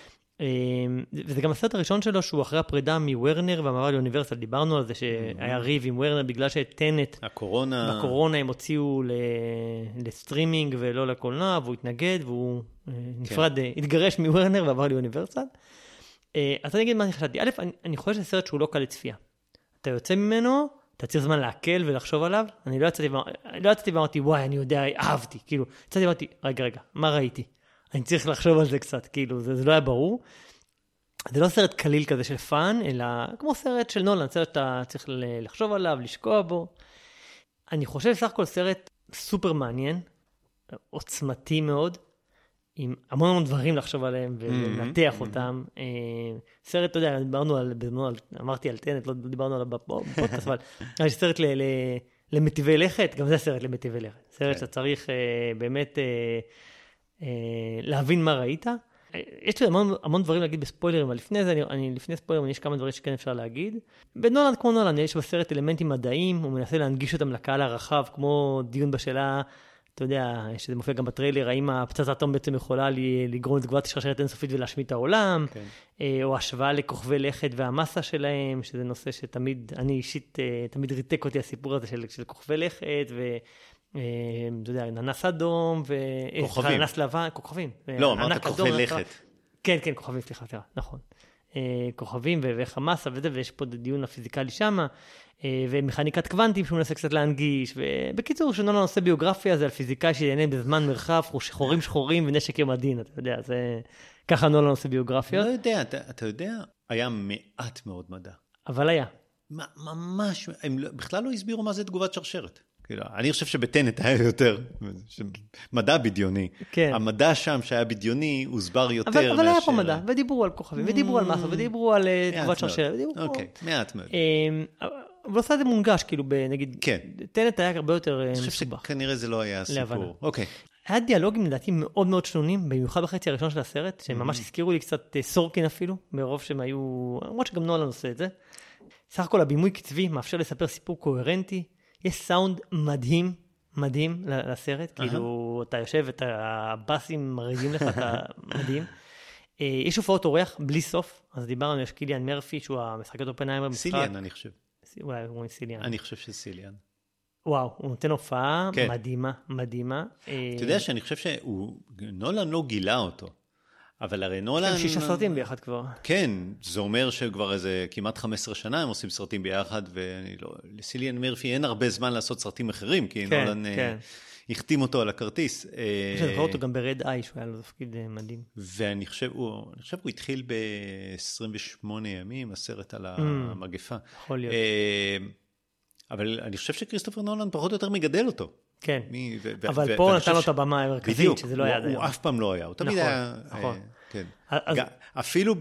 וזה גם הסרט הראשון שלו שהוא אחרי הפרידה מוורנר והמעבר לאוניברסל, דיברנו על זה שהיה ריב עם וורנר בגלל שטנט, הקורונה, בקורונה הם הוציאו לסטרימינג ולא לקולנוע, והוא התנגד והוא נפרד, התגרש מוורנר ועבר לאוניברסל. אז אני אגיד מה אני חשבתי, א', אני חושב שזה סרט שהוא לא קל לצפייה. אתה יוצא ממנו, אתה צריך זמן להקל ולחשוב עליו, אני לא יצאתי, לא יצאתי ואמרתי, וואי, אני יודע, אהבתי, כאילו, יצאתי ואמרתי, רגע, רגע, מה ראיתי? אני צריך לחשוב על זה קצת, כאילו, זה, זה לא היה ברור. זה לא סרט קליל כזה של פאן, אלא כמו סרט של נולן, סרט שאתה צריך לחשוב עליו, לשקוע בו. אני חושב סך הכל סרט סופר מעניין, עוצמתי מאוד, עם המון המון דברים לחשוב עליהם ולנתח אותם. סרט, אתה יודע, דיברנו על, אמרתי על טנט, לא דיברנו עליו בפודקאסט, אבל יש סרט למטיבי לכת, גם זה סרט למטיבי לכת. סרט שאתה צריך באמת להבין מה ראית. יש לי המון, המון דברים להגיד בספוילרים, אבל לפני זה, אני, אני, לפני ספוילרים, יש כמה דברים שכן אפשר להגיד. בנולן, כמו נולן, יש בסרט אלמנטים מדעיים, הוא מנסה להנגיש אותם לקהל הרחב, כמו דיון בשאלה, אתה יודע, שזה מופיע גם בטריילר, האם הפצצת האטום בעצם יכולה לגרום לתגובת שרשרת אינסופית ולהשמיד את העולם, כן. או השוואה לכוכבי לכת והמסה שלהם, שזה נושא שתמיד, אני אישית, תמיד ריתק אותי הסיפור הזה של, של כוכבי לכת, ו... אתה יודע, ננס אדום, כוכבים. ננס לבן, כוכבים. לא, אמרת כוכבי לכת. כן, כן, כוכבים, סליחה, סליחה, נכון. כוכבים ואיך המסה וזה, ויש פה דיון הפיזיקלי שמה, ומכניקת קוונטים שהוא מנסה קצת להנגיש, ובקיצור, שנולן עושה ביוגרפיה, זה על פיזיקאי שיעניין בזמן מרחב, שחורים שחורים ונשק יום הדין, אתה יודע, זה... ככה נולן עושה ביוגרפיות. לא יודע, אתה, אתה יודע, היה מעט מאוד מדע. אבל היה. ממש, הם בכלל לא הסבירו מה זה תגובת שרשרת. כאילו, אני חושב שבטנט היה יותר מדע בדיוני. כן. המדע שם שהיה בדיוני הוסבר יותר אבל, אבל מאשר... היה פה מדע, ודיברו על כוכבים, ודיברו על מסה, ודיברו על תגובת שרשרת. אוקיי, מעט מאוד. אבל עושה את זה מונגש, כאילו, נגיד, כן. טנט היה הרבה יותר אני מסובך. חושב שכנראה זה לא היה סיפור. אוקיי. היה דיאלוגים לדעתי מאוד מאוד שנונים, במיוחד בחצי הראשון של הסרט, שהם ממש הזכירו לי קצת סורקין אפילו, ברוב שהם היו, למרות שגם נולן עושה את זה. סך הכל הבימוי קצבי מאפשר לספר סיפור קוהרנטי, יש סאונד מדהים, מדהים לסרט, כאילו אתה יושב ואת הבאסים מרגיעים לך, אתה מדהים. יש הופעות אורח בלי סוף, אז דיברנו, יש קיליאן מרפי, שהוא המשחק את אופנהיימר במשחק. סיליאן, אני חושב. אולי אומרים סיליאן. אני חושב שסיליאן. וואו, הוא נותן הופעה מדהימה, מדהימה. אתה יודע שאני חושב שנולן לא גילה אותו, אבל הרי נולן... שישה סרטים ביחד כבר. כן, זה אומר שכבר איזה כמעט חמש עשרה שנה הם עושים סרטים ביחד, ואני לא... לסיליאן מרפי אין הרבה זמן לעשות סרטים אחרים, כי נולן החתים אותו על הכרטיס. אני חושב אותו גם ברד איי, שהוא היה לו תפקיד מדהים. ואני חושב, הוא התחיל ב-עשרים ושמונה ימים, הסרט על המגפה. יכול להיות. אבל אני חושב שכריסטופר נולן פחות או יותר מגדל אותו. כן, אבל פה נתן לו את הבמה המרכזית, שזה לא היה עד היום. הוא אף פעם לא היה, הוא תמיד היה... נכון, נכון. אפילו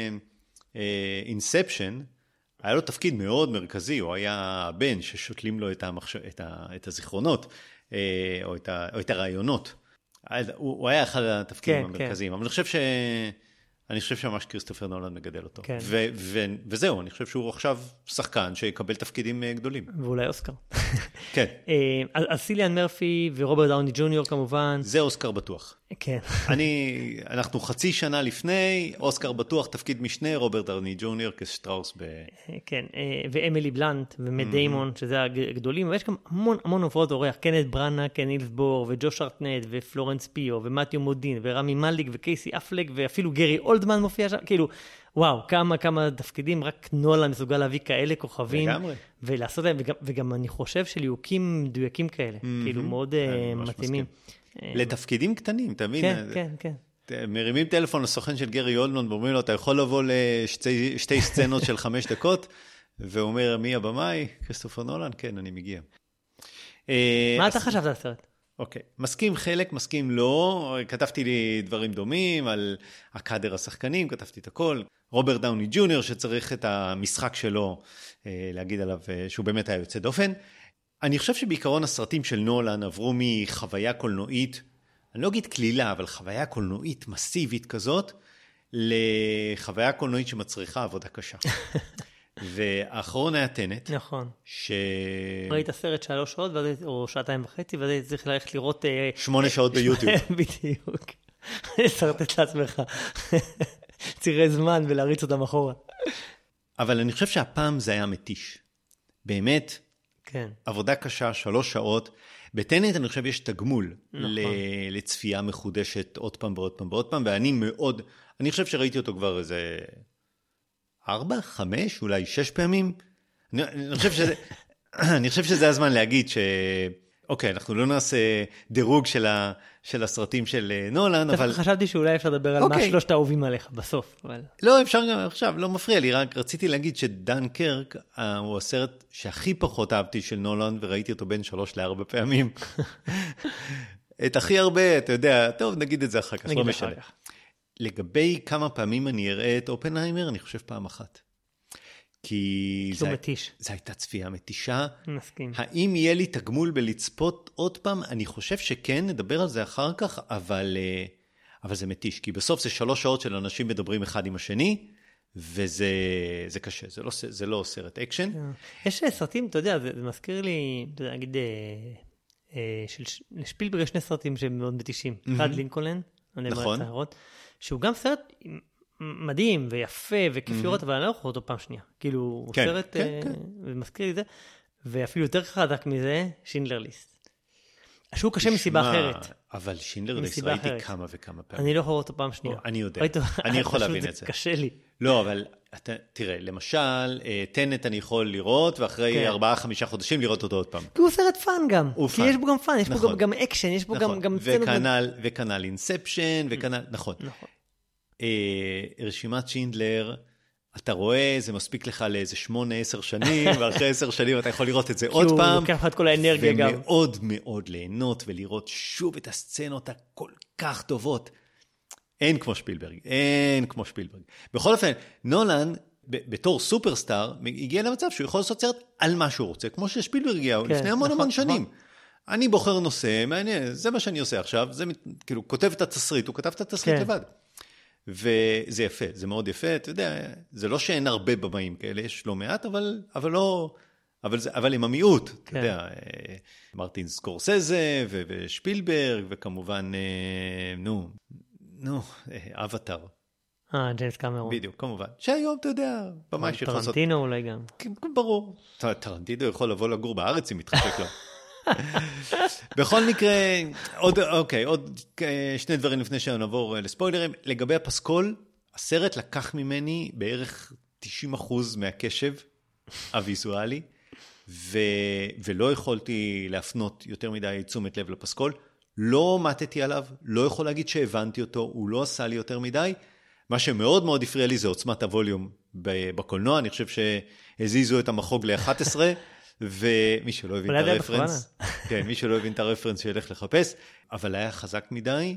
באינספשן, היה לו תפקיד מאוד מרכזי, הוא היה הבן ששותלים לו את הזיכרונות, או את הרעיונות. הוא היה אחד התפקידים המרכזיים, אבל אני חושב ש... אני חושב שממש כריסטופר נולן מגדל אותו. כן. ו- ו- וזהו, אני חושב שהוא עכשיו שחקן שיקבל תפקידים גדולים. ואולי אוסקר. כן. אז סיליאן מרפי ורוברט דאוני ג'וניור כמובן. זה אוסקר בטוח. כן. אני, אנחנו חצי שנה לפני, אוסקר בטוח, תפקיד משנה, רוברט דאוני ג'וניור כשטראוס ב... כן, ואמילי בלנט ומט דיימון, שזה הגדולים, ויש גם המון המון הופעות אורח, קנט ברנה, קנילס בור, וג'וש ארטנט, ופלורנס פיו, ומתיו מודין, ורמי מלדיק, וקייסי אפלג, ואפילו גרי אולדמן מופיע שם, כאילו, וואו, כמה כמה תפקידים, רק נולן מסוגל להביא כאלה כוכבים, לגמרי. ולעשות להם, וגם, וגם אני חושב שליהוקים מדויקים כאלה, כאילו מאוד מתאימים. לתפקידים קטנים, אתה מבין? כן, כן, כן. מרימים טלפון לסוכן של גרי אולדמן, ואומרים לו, אתה יכול לבוא לשתי סצנות של חמש דקות, והוא אומר, מי הבמאי? כריסטופר נולן? כן, אני מגיע. מה אתה חשבת על הסרט? אוקיי, מסכים חלק, מסכים לא, כתבתי לי דברים דומים על הקאדר השחקנים, כתבתי את הכל, רוברט דאוני ג'וניור שצריך את המשחק שלו להגיד עליו שהוא באמת היה יוצא דופן. אני חושב שבעיקרון הסרטים של נולן עברו מחוויה קולנועית, אני לא אגיד כלילה, אבל חוויה קולנועית מסיבית כזאת, לחוויה קולנועית שמצריכה עבודה קשה. והאחרון היה טנט. נכון. ש... ראית סרט שלוש שעות, או שעתיים וחצי, ואז צריך ללכת לראות... שמונה שעות ביוטיוב. בדיוק. לסרטט לעצמך. צירי זמן ולהריץ אותם אחורה. אבל אני חושב שהפעם זה היה מתיש. באמת, כן. עבודה קשה, שלוש שעות. בטנט אני חושב יש תגמול נכון. לצפייה מחודשת עוד פעם ועוד פעם ועוד פעם, ואני מאוד, אני חושב שראיתי אותו כבר איזה... ארבע, חמש, אולי שש פעמים. אני, אני חושב שזה, אני חושב שזה הזמן להגיד ש... אוקיי, אנחנו לא נעשה דירוג של, ה, של הסרטים של נולן, אבל... חשבתי שאולי אפשר לדבר על אוקיי. מה שלושת האהובים עליך בסוף. אבל... לא, אפשר גם עכשיו, לא מפריע לי, רק רציתי להגיד שדן קרק הוא הסרט שהכי פחות אהבתי של נולן, וראיתי אותו בין שלוש לארבע פעמים. את הכי הרבה, אתה יודע, טוב, נגיד את זה אחר כך, לא משנה. לגבי כמה פעמים אני אראה את אופנהיימר, אני חושב פעם אחת. כי זה מתיש. זו הייתה צפייה מתישה. מסכים. האם יהיה לי תגמול בלצפות עוד פעם? אני חושב שכן, נדבר על זה אחר כך, אבל, אבל זה מתיש. כי בסוף זה שלוש שעות של אנשים מדברים אחד עם השני, וזה זה קשה, זה לא, זה לא סרט אקשן. יש סרטים, אתה יודע, זה, זה מזכיר לי, אתה יודע, נגיד, לשפילברג יש שני סרטים שהם מאוד מתישים. אחד לינקולן, נכון. שהוא גם סרט מדהים ויפה וכיף לראות, אבל אני לא יכול אותו פעם שנייה. כאילו, הוא סרט, ומזכיר לי זה, ואפילו יותר חזק מזה, שינדלר ליסט. שהוא קשה מסיבה אחרת. אבל שינדלר ליסט ראיתי כמה וכמה פעמים. אני לא יכול אותו פעם שנייה. אני יודע, אני יכול להבין את זה. קשה לי. לא, אבל תראה, למשל, טנט אני יכול לראות, ואחרי ארבעה, חמישה חודשים לראות אותו עוד פעם. כי הוא סרט פאן גם. כי יש בו גם פאן, יש בו גם אקשן, יש בו גם... וכנל אינספשן, וכנל... נכון. רשימת שינדלר, אתה רואה, זה מספיק לך לאיזה שמונה, עשר שנים, ואחרי עשר שנים אתה יכול לראות את זה עוד כי פעם. הוא לוקח לך את כל האנרגיה גם. ומאוד מאוד ליהנות ולראות שוב את הסצנות הכל כך טובות. אין כמו שפילברג, אין כמו שפילברג. בכל אופן, נולן, בתור סופרסטאר, הגיע למצב שהוא יכול לעשות סרט על מה שהוא רוצה, כמו ששפילברג הגיע לפני המון המון שנים. אני בוחר נושא, מעניין, זה מה שאני עושה עכשיו, זה כאילו כותב את התסריט, הוא כתב את התסריט לבד. וזה יפה, זה מאוד יפה, אתה יודע, זה לא שאין הרבה במאים כאלה, יש לא מעט, אבל, אבל לא, אבל, זה, אבל הם המיעוט, כן. אתה יודע, מרטין סקורסזה ו- ושפילברג, וכמובן, נו, נו, אבטר. אה, ג'יימס קמרון. בדיוק, כמובן. שהיום, אתה יודע, במאי שיכול לעשות... טרנטינו אולי גם. ברור. טרנטינו יכול לבוא לגור בארץ אם מתחשק לו. בכל מקרה, עוד, אוקיי, עוד שני דברים לפני שנעבור לספוילרים. לגבי הפסקול, הסרט לקח ממני בערך תשעים אחוז מהקשב הוויזואלי, ו, ולא יכולתי להפנות יותר מדי תשומת לב לפסקול. לא מתתי עליו, לא יכול להגיד שהבנתי אותו, הוא לא עשה לי יותר מדי. מה שמאוד מאוד הפריע לי זה עוצמת הווליום בקולנוע, אני חושב שהזיזו את המחוג ל-אחת עשרה, ומי שלא הבין את הרפרנס, כן, מי שלא הבין את הרפרנס שילך לחפש, אבל היה חזק מדי,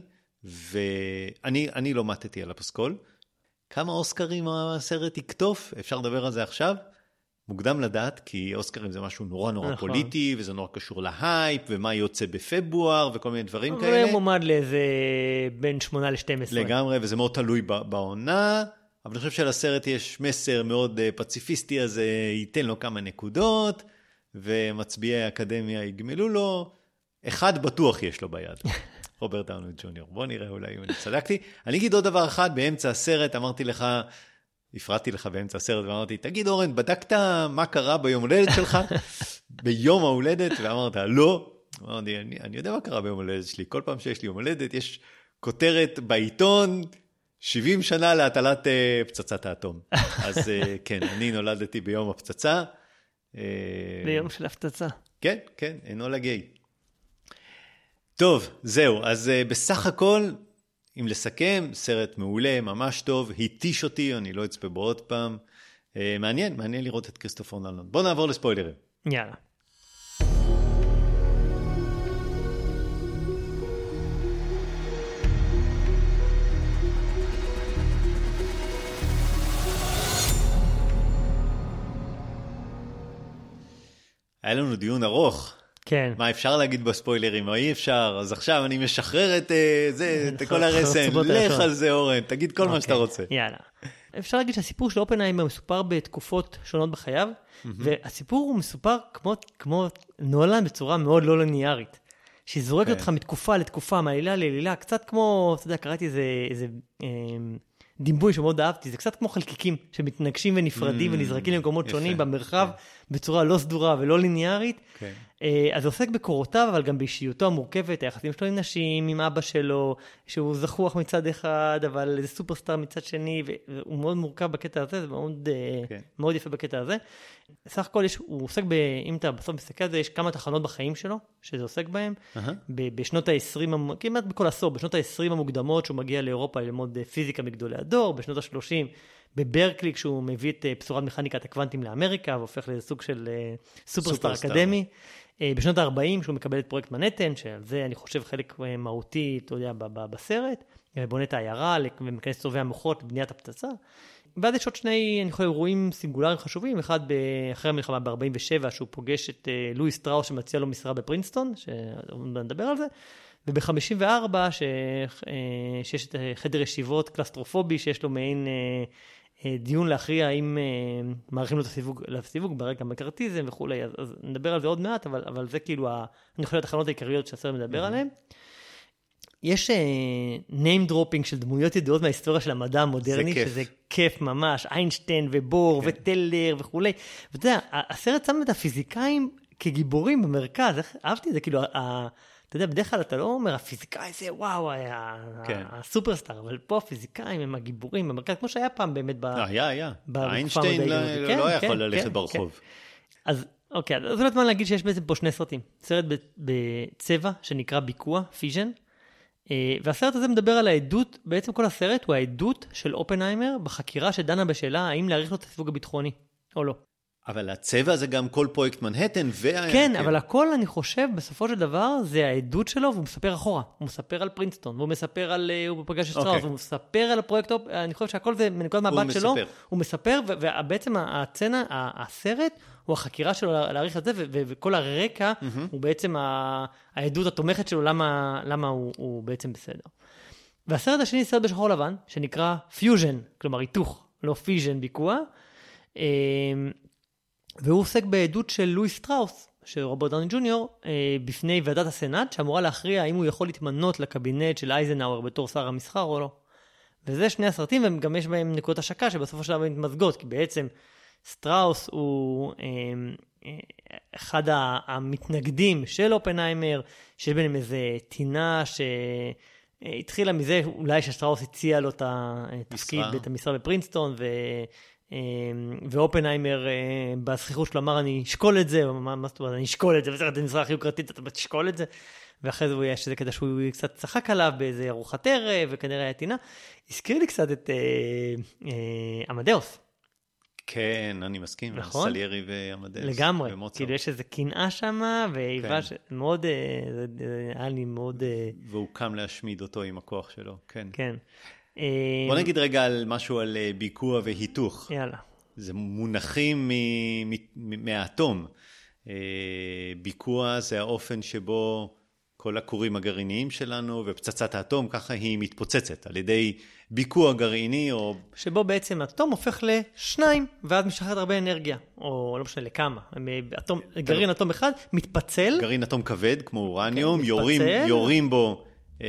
ואני אני לא מתתי על הפסקול. כמה אוסקרים הסרט יקטוף? אפשר לדבר על זה עכשיו? מוקדם לדעת, כי אוסקרים זה משהו נורא נורא נכון. פוליטי, וזה נורא קשור להייפ, ומה יוצא בפברואר, וכל מיני דברים אבל כאלה. אבל מומד לאיזה בין שמונה ל-שתים עשרה. לגמרי, וזה מאוד תלוי בעונה, אבל אני חושב שלסרט יש מסר מאוד פציפיסטי, אז ייתן לו כמה נקודות, ומצביעי האקדמיה יגמלו לו. אחד בטוח יש לו ביד. רוברט דאוני ג'וניור. בוא נראה אולי אם אני צדקתי. אני אגיד עוד דבר אחד, באמצע הסרט אמרתי לך, הפרעתי לך באמצע הסרט ואמרתי, תגיד אורן, בדקת מה קרה ביום הולדת שלך? ביום ההולדת? ואמרת, לא. אמרתי, אני, אני יודע מה קרה ביום הולדת שלי. כל פעם שיש לי יום הולדת, יש כותרת בעיתון, שבעים שנה להטלת uh, פצצת האטום. אז uh, כן, אני נולדתי ביום הפצצה. Uh, ביום של הפצצה. כן, כן, אינו לגיי. טוב, זהו. אז uh, בסך הכל, אם לסכם, סרט מעולה, ממש טוב, היטיש אותי, אני לא אצפה בו עוד פעם. Uh, מעניין, מעניין לראות את כריסטופר נולן. בואו נעבור לספוילרים. יאללה. היה לנו דיון ארוך. כן. מה אפשר להגיד בספוילרים, או אי אפשר? אז עכשיו אני משחרר את זה, את כל הרסן. לך על זה, אורן, תגיד כל מה שאתה רוצה. יאללה. אפשר להגיד שהסיפור של אופנהיימר מסופר בתקופות שונות בחייו, והסיפור הוא מסופר כמו נולן בצורה מאוד לא ליניארית. שהיא זורקת אותך מתקופה לתקופה, מעלילה לעלילה, קצת כמו, אתה יודע, קראתי איזה דימבוי שמאוד אהבתי, זה קצת כמו חלקיקים שמתנגשים ונפרדים ונזרקים למקומות שונים במרחב, בצורה לא סדורה ולא ליניארית. אז זה עוסק בקורותיו, אבל גם באישיותו המורכבת, היחסים שלו עם נשים, עם אבא שלו, שהוא זכוח מצד אחד, אבל זה סופרסטאר מצד שני, והוא מאוד מורכב בקטע הזה, זה מאוד, מאוד יפה בקטע הזה. סך הכל יש, הוא עוסק, ב, אם אתה בסוף מסתכל על זה, יש כמה תחנות בחיים שלו, שזה עוסק בהם, בשנות ה-עשרים, כמעט בכל עשור, בשנות ה-עשרים המוקדמות, שהוא מגיע לאירופה ללמוד פיזיקה מגדולי הדור, בשנות ה-שלושים, בברקלי, כשהוא מביא את בשורת מכניקת הקוונטים לאמריקה, והופך לסוג של סופרסטאר אקדמי. בשנות ה-ארבעים, שהוא מקבל את פרויקט מנהטן, שעל זה אני חושב חלק מהותי, אתה יודע, בסרט, בונה את העיירה, ומכנס צובי המוחות לבניית הפצצה. ואז יש עוד שני, אני חושב, אירועים סינגולריים חשובים, אחד אחרי המלחמה ב-ארבעים ושבע, שהוא פוגש את לואי סטראוס, שמציע לו משרה בפרינסטון, שנדבר על זה, וב-חמישים וארבע, שיש את חדר ישיבות קלסטרופובי, שיש לו מעין דיון להכריע האם מערכים לו את הסיווג, לסיווג ברקע מקארתיזם וכו'. אז, אז נדבר על זה עוד מעט, אבל, אבל זה כאילו, אני חושב, התחנות העיקריות שהסרט מדבר עליהן. יש name dropping של דמויות ידועות מההיסטוריה של המדע המודרני, שזה כיף ממש, איינשטיין ובור וטלר וכו'. ואתה יודע, הסרט שם את הפיזיקאים כגיבורים במרכז, אהבתי את זה, כאילו, אתה יודע, בדרך כלל אתה לא אומר, הפיזיקאי זה, וואו, הסופרסטאר, אבל פה הפיזיקאים הם הגיבורים במרכז, כמו שהיה פעם באמת. היה, היה. איינשטיין לא יכול ללכת ברחוב. אז, אוקיי, אז זה לא זמן להגיד שיש בעצם פה שני סרטים. סרט בצבע שנקרא ביקוע, פיז'ן, והסרט הזה מדבר על העדות, בעצם כל הסרט הוא העדות של אופנהיימר בחקירה שדנה בשאלה האם להאריך לו את הסיווג הביטחוני או לא. אבל הצבע זה גם כל פרויקט מנהטן וה... כן, אבל הכל אני חושב בסופו של דבר זה העדות שלו והוא מספר אחורה. הוא מספר על פרינסטון, והוא מספר על... הוא פגש את שטראוס, והוא מספר על הפרויקט, אני חושב שהכל זה מנקודת מבט שלו. הוא מספר, ובעצם הצצנה, הסרט הוא החקירה שלו להאריך את זה, וכל הרקע הוא בעצם העדות התומכת שלו למה הוא בעצם בסדר. והסרט השני סרט בשחור לבן, שנקרא פיוז'ן, כלומר היתוך, לא פיז'ן ביקוע, והוא עוסק בעדות של לואי סטראוס, של רוברט דאוני ג'וניור, בפני ועדת הסנאט, שאמורה להכריע האם הוא יכול להתמנות לקבינט של אייזנהאואר בתור שר המסחר או לא. וזה שני הסרטים, וגם יש בהם נקודות השקה שבסופו של דבר הן מתמזגות, כי בעצם סטראוס הוא אחד המתנגדים של אופנהיימר, שיש ביניהם איזו טינה שהתחילה מזה, אולי שסטראוס הציע לו את התפקיד, את המשרה בפרינסטון, ו... ואופנהיימר בזכיחות שלו אמר אני אשקול את זה, מה זאת אומרת, אני אשקול את זה, וזאת המשרה הכי יוקרתית, אתה תשקול את זה, ואחרי זה הוא יש שזה כדי שהוא קצת צחק עליו באיזה ארוחת ערב, וכנראה היה טינה, הזכיר לי קצת את עמדאוס. כן, אני מסכים, נכון? סליירי ועמדאוס. לגמרי, כאילו יש איזו קנאה שם, והיווה מאוד, היה לי מאוד... והוא קם להשמיד אותו עם הכוח שלו, כן. כן. בוא נגיד רגע על משהו על ביקוע והיתוך. יאללה. זה מונחים מהאטום. ביקוע זה האופן שבו כל הכורים הגרעיניים שלנו ופצצת האטום, ככה היא מתפוצצת על ידי ביקוע גרעיני או... שבו בעצם האטום הופך לשניים, ואז משחררת הרבה אנרגיה, או לא משנה לכמה. אטום, גרעין אטום אחד מתפצל. גרעין אטום כבד כמו אורניום, יורים, יורים בו...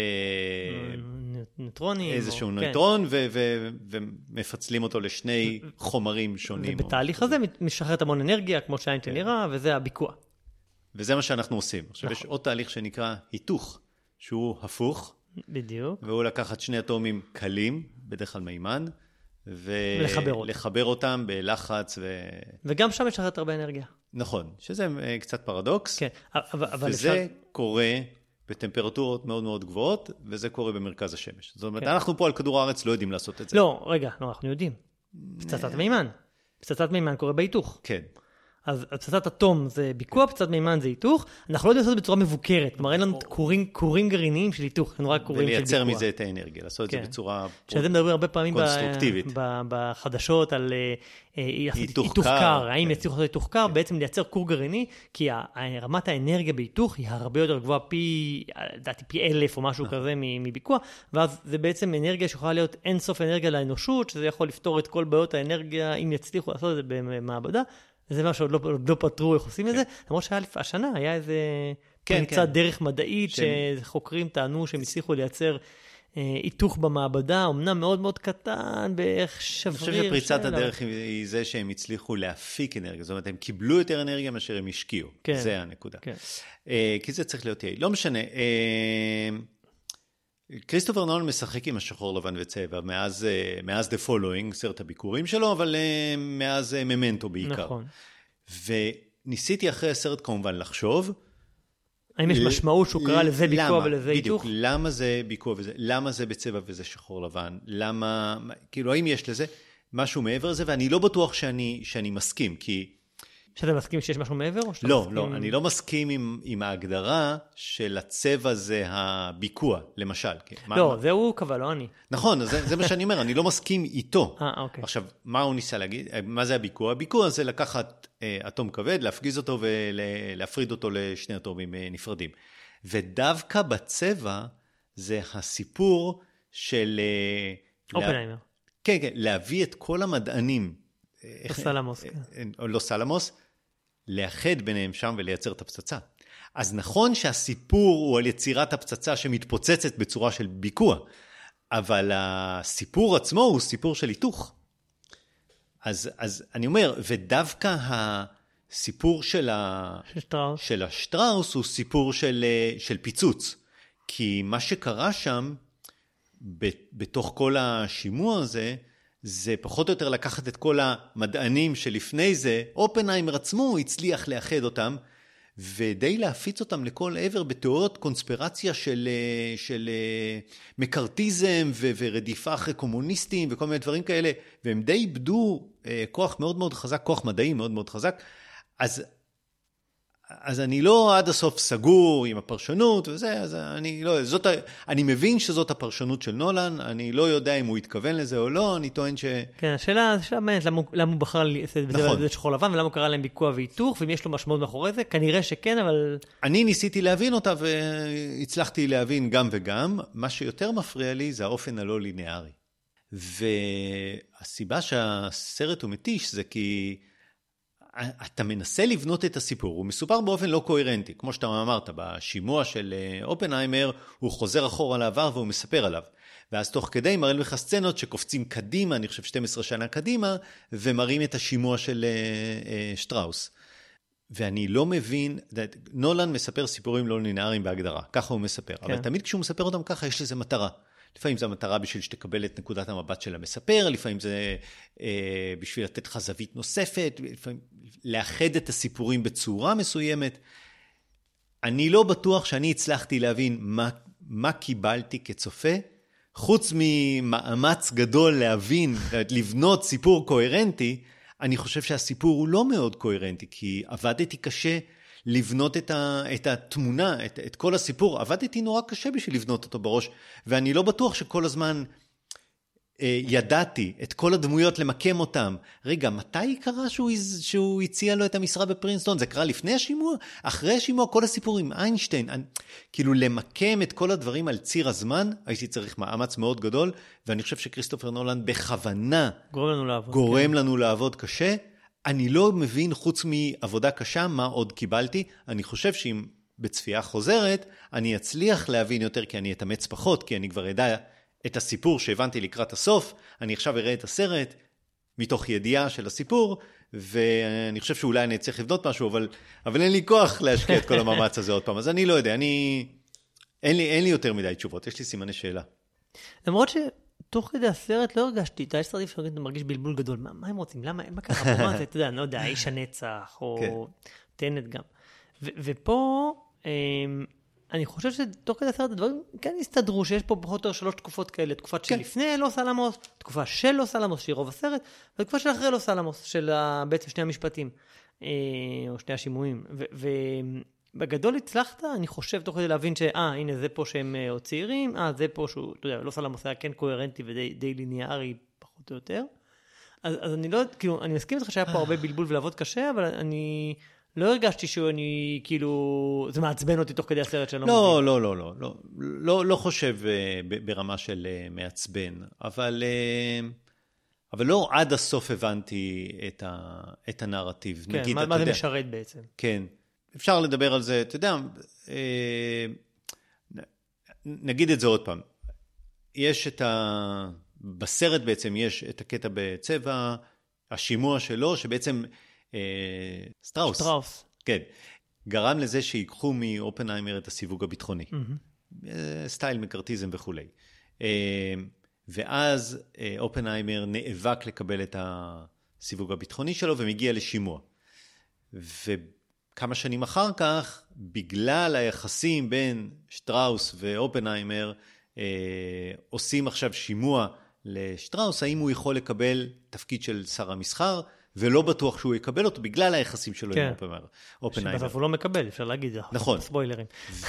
ניטרונים. איזשהו ניטרון, ומפצלים אותו לשני חומרים שונים. ובתהליך הזה משחררת המון אנרגיה, כמו שהאינטל נראה, וזה הביקוע. וזה מה שאנחנו עושים. עכשיו יש עוד תהליך שנקרא היתוך, שהוא הפוך. בדיוק. והוא לקחת שני אטומים קלים, בדרך כלל מימן, ולחבר אותם בלחץ. וגם שם משחררת הרבה אנרגיה. נכון, שזה קצת פרדוקס. כן, אבל וזה קורה... בטמפרטורות מאוד מאוד גבוהות, וזה קורה במרכז השמש. זאת אומרת, אנחנו פה על כדור הארץ לא יודעים לעשות את זה. לא, רגע, לא, אנחנו יודעים. פצצת מימן. פצצת מימן קורה בהיתוך. כן. אז פצצת אטום זה ביקוע, פצצת מימן זה היתוך. אנחנו לא יודעים לעשות את זה בצורה מבוקרת. כלומר, אין לנו קורים גרעיניים של היתוך, אין רק קורים של ביקוע. ולייצר מזה את האנרגיה, לעשות את זה בצורה שאתם מדברים הרבה פעמים בחדשות על היתוך קר. האם יצליחו לעשות היתוך קר? בעצם לייצר קור גרעיני, כי רמת האנרגיה בהיתוך היא הרבה יותר גבוהה פי, לדעתי פי אלף או משהו כזה מביקוע, ואז זה בעצם אנרגיה שיכולה להיות אין סוף אנרגיה לאנושות, שזה יכול לפתור את כל בעיות האנרגיה, אם יצליחו לעשות את זה במעבדה. זה מה שעוד לא, לא פתרו איך עושים את זה, למרות שהשנה היה איזה פריצת דרך מדעית, שחוקרים טענו שהם הצליחו לייצר היתוך במעבדה, אמנם מאוד מאוד קטן, בערך שבריר. אני חושב שפריצת הדרך היא זה שהם הצליחו להפיק אנרגיה, זאת אומרת, הם קיבלו יותר אנרגיה מאשר הם השקיעו, זה הנקודה. כי זה צריך להיות יעיל. לא משנה, כריסטופר נולן משחק עם השחור לבן וצבע, מאז, מאז The Following, סרט הביקורים שלו, אבל מאז ממנטו בעיקר. נכון. וניסיתי אחרי הסרט כמובן לחשוב. האם יש משמעות שהוא קרא לזה ביקוע ולזה היתוך? בדיוק, למה זה ביקוע וזה, למה זה בצבע וזה שחור לבן? למה, כאילו, האם יש לזה משהו מעבר לזה? ואני לא בטוח שאני, שאני מסכים, כי... שאתה מסכים שיש משהו מעבר? לא, מסכים... לא, אני לא מסכים עם, עם ההגדרה של הצבע זה הביקוע, למשל. לא, מה, זה הוא קבע, לא אני. נכון, זה, זה מה שאני אומר, אני לא מסכים איתו. אה, אוקיי. עכשיו, מה הוא ניסה להגיד? מה זה הביקוע? הביקוע זה לקחת אה, אטום כבד, להפגיז אותו ולהפריד אותו לשני אטומים אה, נפרדים. ודווקא בצבע זה הסיפור של... אה, אופנהיימר. לה... כן, כן, להביא את כל המדענים. לא סלמוס. או לא סלמוס. לאחד ביניהם שם ולייצר את הפצצה. אז נכון שהסיפור הוא על יצירת הפצצה שמתפוצצת בצורה של ביקוע, אבל הסיפור עצמו הוא סיפור של היתוך. אז, אז אני אומר, ודווקא הסיפור של, ה... שטראוס. של השטראוס הוא סיפור של, של פיצוץ. כי מה שקרה שם, בתוך כל השימוע הזה, זה פחות או יותר לקחת את כל המדענים שלפני זה, אופנהיימר עצמו הצליח לאחד אותם, ודי להפיץ אותם לכל עבר בתיאוריות קונספירציה של, של מקרטיזם ו- ורדיפה אחרי קומוניסטים וכל מיני דברים כאלה, והם די איבדו כוח מאוד מאוד חזק, כוח מדעי מאוד מאוד חזק, אז, אז אני לא עד הסוף סגור עם הפרשנות וזה, אז אני לא, זאת, אני מבין שזאת הפרשנות של נולן, אני לא יודע אם הוא התכוון לזה או לא, אני טוען ש... כן, השאלה, השאלה מעניינת, למה, למה הוא בחר לעשות את נכון. זה שחור לבן, ולמה הוא קרא להם ביקוע והיתוך, ואם יש לו משמעות מאחורי זה, כנראה שכן, אבל... אני ניסיתי להבין אותה, והצלחתי להבין גם וגם. מה שיותר מפריע לי זה האופן הלא ליניארי. והסיבה שהסרט הוא מתיש זה כי... אתה מנסה לבנות את הסיפור, הוא מסופר באופן לא קוהרנטי, כמו שאתה אמרת, בשימוע של אופנהיימר, הוא חוזר אחורה לעבר והוא מספר עליו. ואז תוך כדי מראים לך סצנות שקופצים קדימה, אני חושב שתים עשרה שנה קדימה, ומראים את השימוע של שטראוס. ואני לא מבין, נולן מספר סיפורים לא לינאריים בהגדרה, ככה הוא מספר, כן. אבל תמיד כשהוא מספר אותם ככה, יש לזה מטרה. לפעמים זו המטרה בשביל שתקבל את נקודת המבט של המספר, לפעמים זה אה, בשביל לתת לך זווית נוספת, לפעמים לאחד את הסיפורים בצורה מסוימת. אני לא בטוח שאני הצלחתי להבין מה, מה קיבלתי כצופה, חוץ ממאמץ גדול להבין, לבנות סיפור קוהרנטי, אני חושב שהסיפור הוא לא מאוד קוהרנטי, כי עבדתי קשה לבנות את, ה, את התמונה, את, את כל הסיפור, עבדתי נורא קשה בשביל לבנות אותו בראש, ואני לא בטוח שכל הזמן אה, ידעתי את כל הדמויות למקם אותם. רגע, מתי קרה שהוא, שהוא הציע לו את המשרה בפרינסטון? זה קרה לפני השימוע? אחרי השימוע, כל הסיפור עם איינשטיין, אני, כאילו למקם את כל הדברים על ציר הזמן, הייתי צריך מאמץ מאוד גדול, ואני חושב שכריסטופר נולן בכוונה גורם לנו לעבוד, גורם כן. לנו לעבוד קשה, אני לא מבין חוץ מעבודה קשה מה עוד קיבלתי. אני חושב שאם בצפייה חוזרת, אני אצליח להבין יותר כי אני אתאמץ פחות, כי אני כבר אדע את הסיפור שהבנתי לקראת הסוף. אני עכשיו אראה את הסרט מתוך ידיעה של הסיפור, ואני חושב שאולי אני צריך לבנות משהו, אבל, אבל אין לי כוח להשקיע את כל המאמץ הזה עוד פעם. אז אני לא יודע, אני, אין לי, אין לי יותר מדי תשובות, יש לי סימני שאלה. למרות ש... תוך כדי הסרט לא הרגשתי, אתה יש סרטים שאני מרגיש בלבול גדול, מה, מה הם רוצים? למה, מה קרה פה? מה זה, אתה יודע, אני לא יודע, איש הנצח, או תנת גם. ו- ופה, אני חושב שתוך כדי הסרט הדברים כן הסתדרו, שיש פה פחות או שלוש תקופות כאלה, תקופת שלפני לוס אלמוס, תקופה של לוס אלמוס, שהיא רוב הסרט, ותקופה של אחרי לוס אלמוס, של בעצם שני המשפטים, או שני השימועים. ו... בגדול הצלחת, אני חושב, תוך כדי להבין שאה, הנה זה פה שהם עוד צעירים, אה, זה פה שהוא, אתה יודע, לא סלמוס היה כן קוהרנטי ודי ליניארי, פחות או יותר. אז, אז אני לא, כאילו, אני מסכים איתך שהיה פה הרבה בלבול ולעבוד קשה, אבל אני לא הרגשתי שאני, כאילו, זה מעצבן אותי תוך כדי הסרט שלא לא, לא, לא, לא, לא, לא, לא חושב ברמה של מעצבן, אבל, אבל לא עד הסוף הבנתי את ה, את הנרטיב. כן, נגיד, מה, מה זה משרת בעצם? כן. אפשר לדבר על זה, אתה יודע, נגיד את זה עוד פעם. יש את ה... בסרט בעצם יש את הקטע בצבע, השימוע שלו, שבעצם סטראוס. סטראוס. כן. גרם לזה שיקחו מאופנהיימר את הסיווג הביטחוני. Mm-hmm. סטייל מקרטיזם וכו'. ואז אופנהיימר נאבק לקבל את הסיווג הביטחוני שלו, ומגיע לשימוע. ו... כמה שנים אחר כך, בגלל היחסים בין שטראוס ואופנהיימר, אה, עושים עכשיו שימוע לשטראוס, האם הוא יכול לקבל תפקיד של שר המסחר, ולא בטוח שהוא יקבל אותו, בגלל היחסים שלו כן. עם אופנהיימר. שבסוף הוא לא מקבל, אפשר להגיד. נכון. ספוילרים.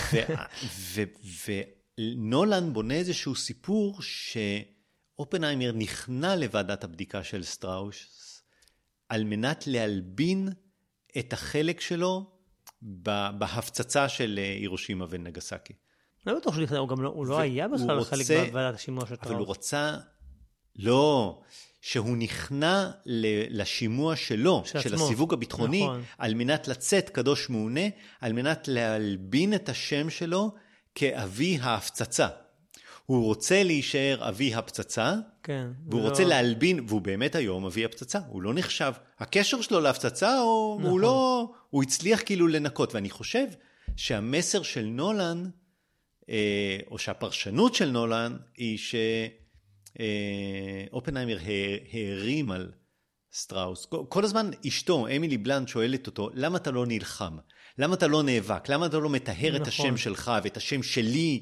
ונולן בונה איזשהו סיפור, שאופנהיימר נכנע לוועדת הבדיקה של שטראוס, על מנת להלבין את החלק שלו בהפצצה של הירושימה ונגסקי. לא בטוח שהוא נכנע, הוא גם לא, הוא לא היה בכלל חלק בוועדת השימוע של טראוס. אבל הוא רצה, לא, שהוא נכנע לשימוע שלו, של הסיווג הביטחוני, נכון. על מנת לצאת קדוש מעונה, על מנת להלבין את השם שלו כאבי ההפצצה. הוא רוצה להישאר אבי הפצצה, כן, והוא לא... רוצה להלבין, והוא באמת היום אבי הפצצה, הוא לא נחשב. הקשר שלו להפצצה, הוא, נכון. הוא לא, הוא הצליח כאילו לנקות, ואני חושב שהמסר של נולן, אה, או שהפרשנות של נולן, היא שאופנהיימר הערים על סטראוס. כל הזמן אשתו, אמילי בלנט, שואלת אותו, למה אתה לא נלחם? למה אתה לא נאבק? למה אתה לא מטהר נכון. את השם שלך ואת השם שלי?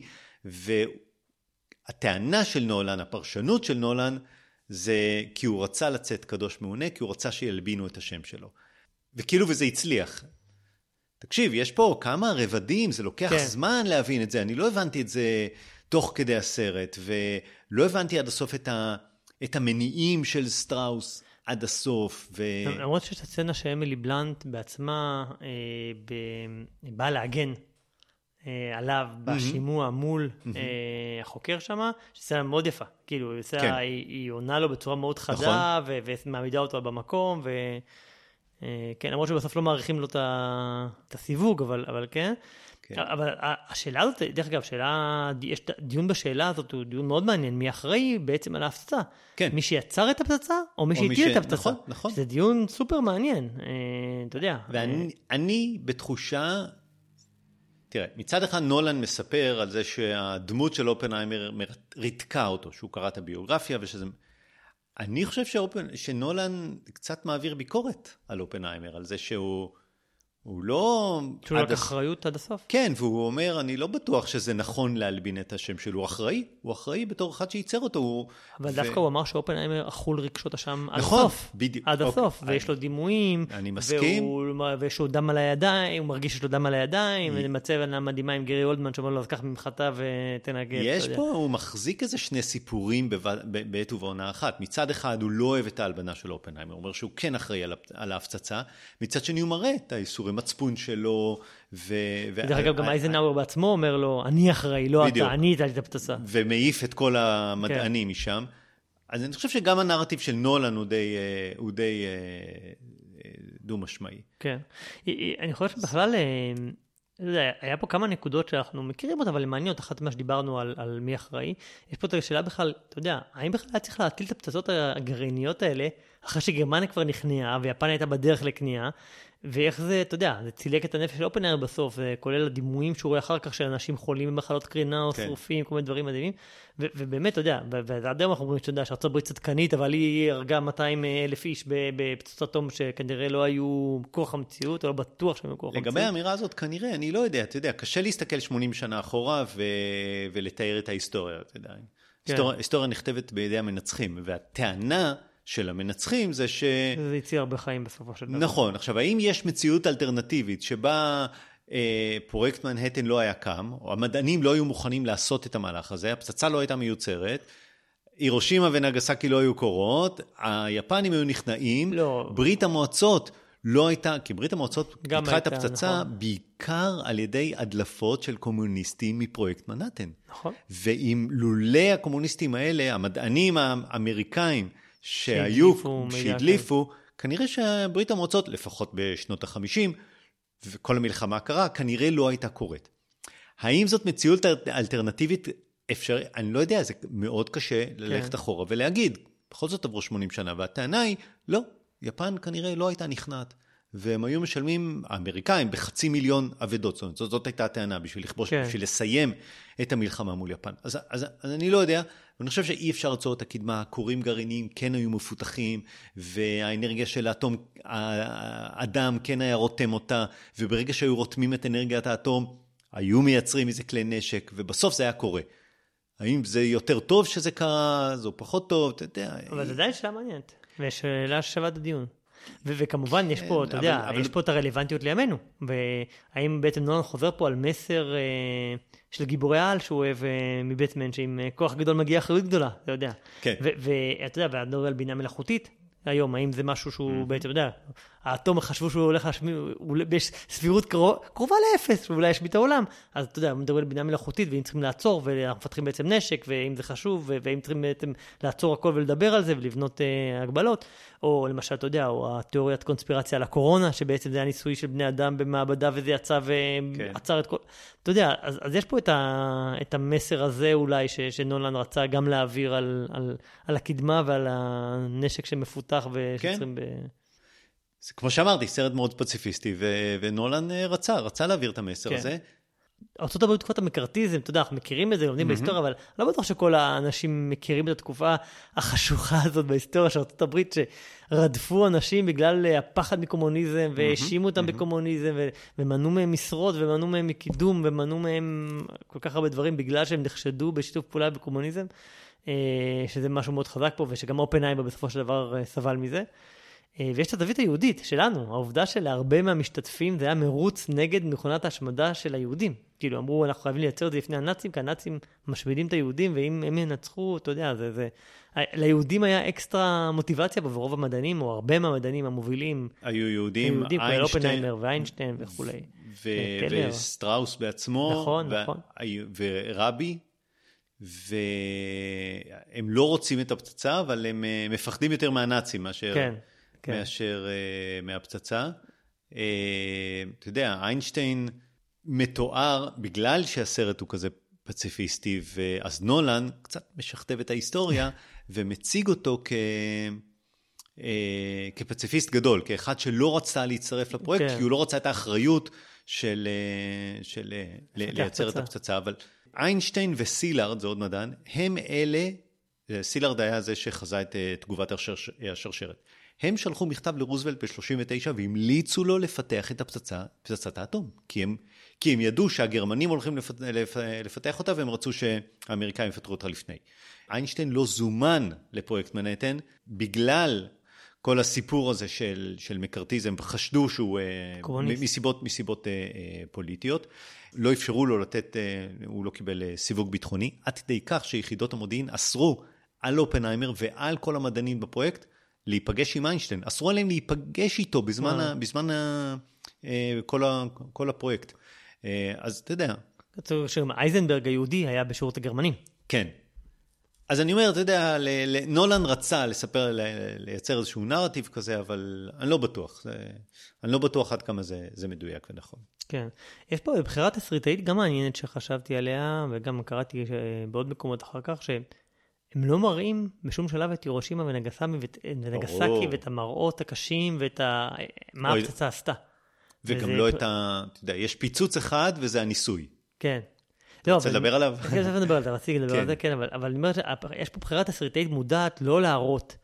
והטענה של נולן, הפרשנות של נולן, זה כי הוא רצה לצאת קדוש מעונה, כי הוא רצה שילבינו את השם שלו. וכאילו וזה הצליח. תקשיב, יש פה כמה רבדים, זה לוקח כן. זמן להבין את זה. אני לא הבנתי את זה תוך כדי הסרט, ולא הבנתי עד הסוף את, ה, את המניעים של סטראוס עד הסוף. ו... למרות שיש את הסצנה שאמילי בלנט בעצמה אה, ב... באה להגן אה, עליו בשימוע מול mm-hmm. אה, החוקר שמה, שסצנה מאוד יפה. כאילו, כן. היא, היא עונה לו בצורה מאוד חדה, נכון. ו... ומעמידה אותו במקום, ו... כן, למרות שבסוף לא מעריכים לו את הסיווג, אבל, אבל כן. כן. אבל השאלה הזאת, דרך אגב, שאלה, יש דיון בשאלה הזאת, הוא דיון מאוד מעניין, מי אחראי בעצם על ההפצצה? כן. מי שיצר את הפצצה, או מי שהטיל את הפצצה? נכון, נכון. זה דיון סופר מעניין, אתה יודע. ואני אני בתחושה, תראה, מצד אחד נולן מספר על זה שהדמות של אופנהיימר ריתקה אותו, שהוא קרא את הביוגרפיה, ושזה... אני חושב שאופן, שנולן קצת מעביר ביקורת על אופנהיימר, על זה שהוא הוא לא... שהוא לקח אחריות עד הסוף. כן, והוא אומר, אני לא בטוח שזה נכון להלבין את השם שלו. הוא אחראי, הוא אחראי בתור אחד שייצר אותו. הוא... אבל ו... דווקא הוא אמר שאופנהיימר אכול רגשות השם עד נכון, הסוף. בדיוק. עד אוקיי. הסוף, ויש לו דימויים. אני מסכים. והוא... ויש לו דם על הידיים, הוא מרגיש שיש לו דם על הידיים, ומצב ענה מדהימה עם גרי אולדמן, שאומר לו, אז קח ממחתה ותנגד. יש פה, הוא מחזיק איזה שני סיפורים בעת ובעונה אחת. מצד אחד, הוא לא אוהב את ההלבנה של אופנהיימר. הוא אומר שהוא כן אחראי על ההפצצה. מצד שני, הוא מראה את האיסורי מצפון שלו, ו... דרך אגב, גם אייזנהאואר בעצמו אומר לו, אני אחראי, לא אתה, אני איתה את הפצצה. ומעיף את כל המדענים משם. אז אני חושב שגם הנרטיב של נולן הוא די דו-משמעי. כן. אני חושב שבכלל, היה פה כמה נקודות שאנחנו מכירים אותה, אבל למעניות, אחת מה שדיברנו על מי אחראי, יש פה את השאלה בכלל, אתה יודע, האם בכלל היה צריך להטיל את הפצצות הגרעיניות האלה, אחרי שגרמניה כבר נכנעה, ויפן הייתה בדרך לקנייה, ואיך זה, אתה יודע, זה צילק את הנפש של אופנהיימר בסוף, זה כולל הדימויים שהוא רואה אחר כך של אנשים חולים במחלות קרינה או שרופים, כל מיני דברים מדהימים, ובאמת, אתה יודע, ועד היום אנחנו אומרים שאתה יודע, שארצות הברית צדקנית, אבל היא הרגה מאתיים אלף איש בפצצות אטום שכנראה לא היו כוח המציאות, או לא בטוח שהם היו כוח המציאות. לגבי האמירה הזאת, כנראה, אני לא יודע, אתה יודע, קשה להסתכל שמונים שנה אחורה ולתאר את ההיסטוריה, אתה יודע. ההיסטוריה נכתבת בידי המנצחים, והטענה של המנצחים זה ש... זה יציר הרבה חיים בסופו של דבר. נכון. עכשיו, האם יש מציאות אלטרנטיבית שבה אה, פרויקט מנהטן לא היה קם, או המדענים לא היו מוכנים לעשות את המהלך הזה, הפצצה לא הייתה מיוצרת, הירושימה ונגסקי לא היו קורות, היפנים היו נכנעים, לא. ברית המועצות לא הייתה, כי ברית המועצות פיתחה את הפצצה נכון. בעיקר על ידי הדלפות של קומוניסטים מפרויקט מנהטן. נכון. ואם לולא הקומוניסטים האלה, המדענים האמריקאים, שהיו, שהדליפו, כנראה שהברית המועצות, לפחות בשנות החמישים, וכל המלחמה קרה, כנראה לא הייתה קורית. האם זאת מציאות אלטרנטיבית אפשר? אני לא יודע, זה מאוד קשה ללכת אחורה ולהגיד, בכל זאת עברו שמונים שנה, והטענה היא, לא, יפן כנראה לא הייתה נכנעת, והם היו משלמים, האמריקאים, בחצי מיליון עבדות, זאת, זאת, זאת הייתה הטענה, בשביל לכבוש, כן. בשביל לסיים את המלחמה מול יפן. אז, אז, אז אני לא יודע, ואני חושב שאי אפשר לעצור את הקדמה, כורים גרעיניים כן היו מפותחים, והאנרגיה של האטום, האדם כן היה רותם אותה, וברגע שהיו רותמים את אנרגיית האטום, היו מייצרים איזה כלי נשק, ובסוף זה היה קורה. האם זה יותר טוב שזה קרה, זה פחות טוב, אתה יודע. אבל זה עדיין שאלה מעניינת, ושאלה ששווה את הדיון. ו- וכמובן יש פה, אתה יודע, יש פה את הרלוונטיות לימינו, והאם בעצם נולן חוזר פה על מסר אה, של גיבורי העל שהוא אוהב אה, מבטמן, שעם אה, כוח גדול מגיע אחריות גדולה, אתה יודע. כן. ואתה יודע, והדור על בינה מלאכותית, היום, האם זה משהו שהוא בעצם, אתה יודע, האטום חשבו שהוא הולך להשמיד, יש סבירות קרובה לאפס, שאולי ישמיד את העולם, אז אתה יודע, מדבר על בינה מלאכותית, ואם צריכים לעצור, ואנחנו מפתחים בעצם נשק, ואם זה חשוב, ואם צריכים בעצם לעצור הכל ולדבר על זה, ולבנות אה, הגבלות, או למשל, אתה יודע, או התיאוריית קונספירציה על הקורונה, שבעצם זה הניסוי של בני אדם במעבדה, וזה יצא ועצר כן. את כל... אתה יודע, אז, אז יש פה את, ה, את המסר הזה אולי, ש, שנולן רצה גם להעביר על, על, על הקדמה ועל הנשק שמפותח ושצריכים כן. ב... זה כמו שאמרתי, סרט מאוד פציפיסטי, ו- ונולן רצה, רצה להעביר את המסר כן. הזה. ארצות הברית תקופת המקארתיזם, אתה יודע, אנחנו מכירים את זה, לומדים בהיסטוריה, אבל לא בטוח שכל האנשים מכירים את התקופה החשוכה הזאת בהיסטוריה של ארצות הברית, שרדפו אנשים בגלל הפחד מקומוניזם, והאשימו אותם בקומוניזם, ומנעו מהם משרות, ומנעו מהם מקידום, ומנעו מהם כל כך הרבה דברים, בגלל שהם נחשדו בשיתוף פעולה בקומוניזם, שזה משהו מאוד חזק פה, ושגם אופנהיימר בסופו של דבר סבל מזה. ויש את הזווית היהודית שלנו, העובדה שלהרבה מהמשתתפים זה היה מרוץ נגד מכונת ההשמדה של היהודים. כאילו אמרו, אנחנו חייבים לייצר את זה לפני הנאצים, כי הנאצים משמידים את היהודים, ואם הם ינצחו, אתה יודע, זה, זה... ליהודים היה אקסטרה מוטיבציה, ורוב המדענים, או הרבה מהמדענים המובילים, היו יהודים, יהודים כמו אופנהיימר ואיינשטיין וכולי. וסטראוס בעצמו, נכון, נכון. ורבי, והם לא רוצים את הפצצה, אבל הם מפחדים יותר מהנאצים מאשר... כן. מאשר uh, מהפצצה. Uh, אתה יודע, איינשטיין מתואר, בגלל שהסרט הוא כזה פציפיסטי, ואז נולן קצת משכתב את ההיסטוריה, ומציג אותו כ... uh, כפציפיסט גדול, כאחד שלא רצה להצטרף לפרויקט, כן. כי הוא לא רצה את האחריות של, uh, של uh, לייצר את הפצצה. אבל איינשטיין וסילארד, זה עוד מדען, הם אלה, סילארד היה זה שחזה את uh, תגובת השרשרת. הם שלחו מכתב לרוזוולט ב-שלושים ותשע והמליצו לו לפתח את הפצצה, פצצת האטום. כי הם, כי הם ידעו שהגרמנים הולכים לפתח, לפתח אותה, והם רצו שהאמריקאים יפתחו אותה לפני. איינשטיין לא זומן לפרויקט מנהטן, בגלל כל הסיפור הזה של, של מקארתיזם, חשדו שהוא מסיבות, מסיבות פוליטיות. לא אפשרו לו לתת, הוא לא קיבל סיווג ביטחוני, עד כדי כך שיחידות המודיעין אסרו על אופנהיימר ועל כל המדענים בפרויקט, להיפגש עם איינשטיין. אסרו עליהם להיפגש איתו בזמן, ה, בזמן ה, כל, ה, כל הפרויקט. אז אתה יודע. אייזנברג היהודי היה בשירות הגרמנים. כן. אז אני אומר, אתה יודע, נולן רצה לספר, לייצר איזשהו נרטיב כזה, אבל אני לא בטוח. זה, אני לא בטוח עד כמה זה, זה מדויק ונכון. כן. יש פה בבחירת תסריטאית גם מעניינת שחשבתי עליה, וגם קראתי בעוד מקומות אחר כך, ש... הם לא מראים בשום שלב את הירושימה ונגסקי ואת המראות הקשים ואת ה... מה הפצצה עשתה. וגם לא את ה... אתה יודע, יש פיצוץ אחד וזה הניסוי. כן. אתה רוצה לדבר עליו? כן, אני לדבר על זה, רציתי לדבר על זה, כן, אבל אני אומר שיש פה בחירת תסריטאית מודעת לא להראות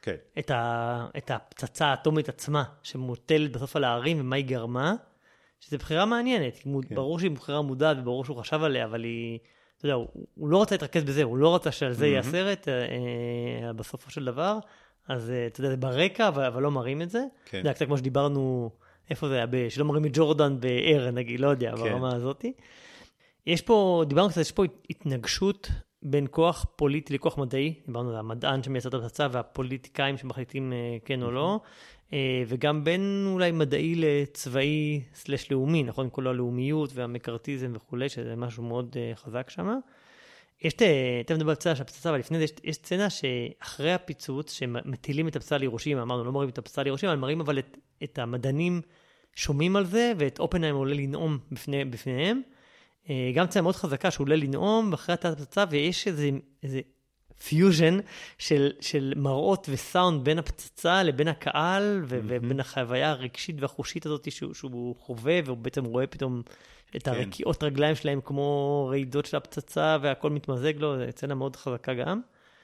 את הפצצה האטומית עצמה, שמוטלת בסוף על הערים ומה היא גרמה, שזו בחירה מעניינת. ברור שהיא בחירה מודעת וברור שהוא חשב עליה, אבל היא... אתה יודע, הוא, הוא לא רצה להתרכז בזה, הוא לא רצה שעל זה יהיה סרט, אה, בסופו של דבר, אז אה, אתה יודע, זה ברקע, אבל, אבל לא מראים את זה. כן. אתה יודע, קצת כמו שדיברנו, איפה זה היה, שלא מראים את ג'ורדן בער, נגיד, לא יודע, כן. ברמה הזאת. יש פה, דיברנו קצת, יש פה התנגשות בין כוח פוליטי לכוח מדעי, דיברנו על המדען שמייצר את הפצצה, והפוליטיקאים שמחליטים אה, כן או לא, אה, וגם בין אולי מדעי לצבאי סלש לאומי, נכון? כל הלאומיות והמקארתיזם וכולי, שזה משהו מאוד אה, חזק שם. יש, אתם מדבר על פצצה שהפצצה, אבל לפני זה יש, יש סצנה שאחרי הפיצוץ, שמטילים את הפצצה לירושימה, אמרנו, לא מראים את הפצצה לירושימה, אבל מראים אבל את, את המדענים שומעים על זה, ואת אופנהיימר עולה לנאום בפני, בפניהם. גם צעה מאוד חזקה שהוא עולה לנאום אחרי הפצצה, ויש איזה, איזה פיוז'ן של, של מראות וסאונד בין הפצצה לבין הקהל, ו- mm-hmm. ובין החוויה הרגשית והחושית הזאת שהוא, שהוא חווה, והוא בעצם רואה פתאום את הרקיעות רגליים שלהם כמו רעידות של הפצצה, והכל מתמזג לו, זו צנה מאוד חזקה גם.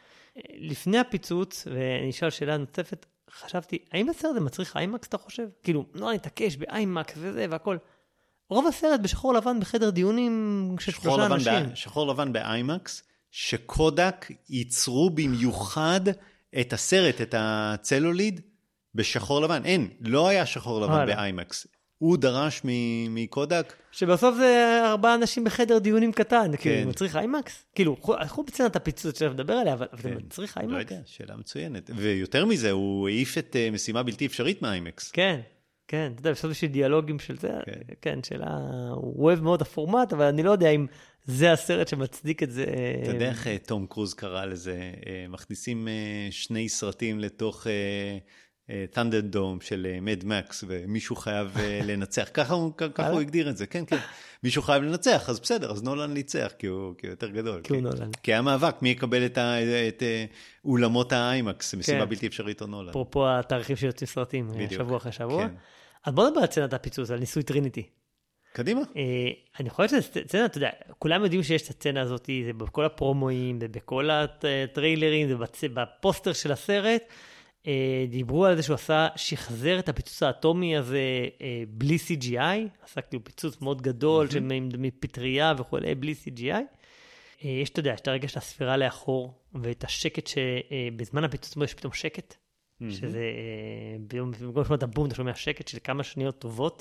לפני הפיצוץ, ואני אשאל שאלה נוספת, חשבתי, האם הסרט זה מצריך איימקס, אתה חושב? כאילו, לא נתעקש באיימקס וזה והכל. רוב הסרט בשחור לבן בחדר דיונים של שלושה אנשים. שחור לבן באיימקס, שקודק ייצרו במיוחד את הסרט, את הצלוליד, בשחור לבן. אין, לא היה שחור לבן באיימקס. הוא דרש מקודק. שבסוף זה ארבעה אנשים בחדר דיונים קטן. כאילו, מצריך איימקס? כאילו, אנחנו בצנת הפיצוץ שאתה מדבר עליה, אבל זה מצריך איימקס? לא יודע, שאלה מצוינת. ויותר מזה, הוא העיף את משימה בלתי אפשרית מאיימקס. כן. כן, אתה יודע, בסוף יש דיאלוגים של זה, כן, כן שאלה, הוא אוהב מאוד הפורמט, אבל אני לא יודע אם זה הסרט שמצדיק את זה. אתה יודע איך תום קרוז קרא לזה, מכניסים שני סרטים לתוך Thunderdome של מד מקס, ומישהו חייב לנצח, ככה הוא, ככה הוא הגדיר את זה, כן, כן, מישהו חייב לנצח, אז בסדר, אז נולן ניצח, כי הוא, כי הוא יותר גדול. כי הוא נולן. כי היה מאבק, מי יקבל את, ה, את אולמות האיימקס, מסיבה בלתי אפשרית או נולן. אפרופו התאריכים שיוצאים סרטים, שבוע אחרי שבוע. אז בוא נדבר על סצנת הפיצוץ, על ניסוי טריניטי. קדימה. אני חושב שזה סצנה, אתה יודע, כולם יודעים שיש את הסצנה הזאת, זה בכל הפרומואים, זה בכל הטריילרים, זה בפוסטר של הסרט, דיברו על זה שהוא עשה, שחזר את הפיצוץ האטומי הזה בלי סי ג'י איי, עשה כאילו פיצוץ מאוד גדול, מפטריה וכו', בלי סי ג'י איי. יש, אתה יודע, יש את הרגע של הספירה לאחור, ואת השקט שבזמן הפיצוץ יש פתאום שקט, שזה, במקום לשמוע את הבום, אתה שומע שקט של כמה שניות טובות.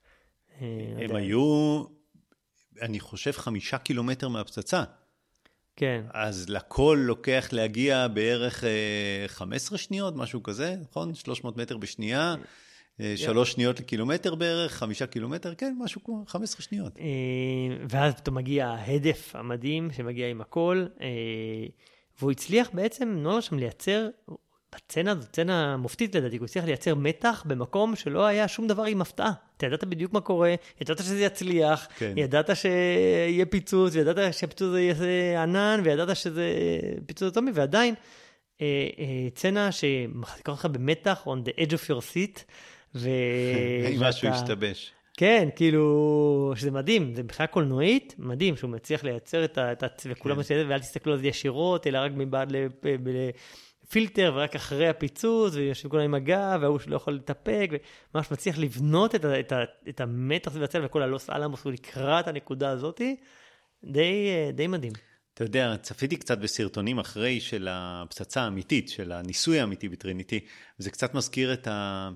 הם היו, אני חושב, חמישה קילומטר מהפצצה. כן. אז לכל לוקח להגיע בערך חמש עשרה שניות, משהו כזה, נכון? שלוש מאות מטר בשנייה, שלוש שניות לקילומטר בערך, חמישה קילומטר, כן, משהו כמו חמש עשרה שניות. ואז פתאום מגיע ההדף המדהים שמגיע עם הכל, והוא הצליח בעצם, נולד שם לייצר, בצנה, זו צנה מופתית לדעתי, הוא הצליח לייצר מתח במקום שלא היה שום דבר עם הפתעה. אתה ידעת בדיוק מה קורה, ידעת שזה יצליח, כן. ידעת שיהיה פיצוץ, ידעת שהפיצוץ יהיה ענן, וידעת שזה פיצוץ אטומי, ועדיין אה, אה, צנה שמחזיקה אותך במתח, on the edge of your seat, ו... משהו השתבש. כן, כאילו, שזה מדהים, זה בכלל קולנועית, מדהים שהוא מצליח לייצר את ה... וכולם כן. מצליח, ואל תסתכלו על זה ישירות, אלא רק מבעד ל... ל... פילטר, ורק אחרי הפיצוץ, ויושבים כולם עם הגב, והוא שלא יכול לטפק, וממש מצליח לבנות את, ה, את, ה, את המתח סביב הצל, וכל הלוס אלמוס, הוא לקראת הנקודה הזאת, די, די מדהים. אתה יודע, צפיתי קצת בסרטונים אחרי של הפצצה האמיתית, של הניסוי האמיתי בטריניטי, וזה קצת מזכיר את, ה,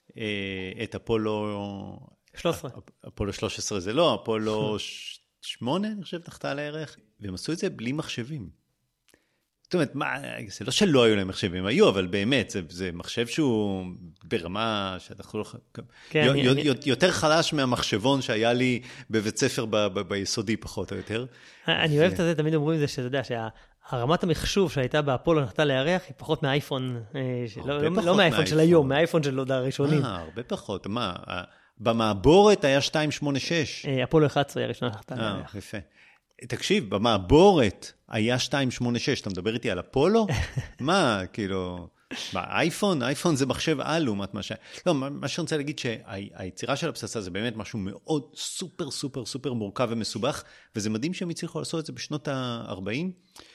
את אפולו... שלוש עשרה. אפולו שלוש עשרה זה לא, אפולו שמונה, אני חושב, תחתה על הערך, והם עשו את זה בלי מחשבים. זאת אומרת, מה, זה לא שלא היו להם מחשבים, היו, אבל באמת, זה, זה מחשב שהוא ברמה שאנחנו לא... כן, י, אני, י, אני... יותר חלש מהמחשבון שהיה לי בבית ספר ב, ב, ביסודי פחות או יותר. אני אוהב את זה, תמיד אומרים זה שאתה יודע, שהרמת המחשוב שהייתה באפולו נחתה לירח, היא פחות מהאייפון, לא, לא מהאייפון של היום, מהאייפון של עוד הראשונים. אה, הרבה פחות, מה, במעבורת היה שתיים שמונה שש. אפולו אחת עשרה היה ראשונה נחתה לירח. אה, יפה. תקשיב, במעבורת היה שתיים שמונה שש, אתה מדבר איתי על אפולו? מה, כאילו, מה, אייפון? אייפון זה מחשב על לעומת מה ש... לא, מה שאני רוצה להגיד שהיצירה של הפצצה זה באמת משהו מאוד סופר סופר סופר מורכב ומסובך, וזה מדהים שהם הצליחו לעשות את זה בשנות ה-ארבעים,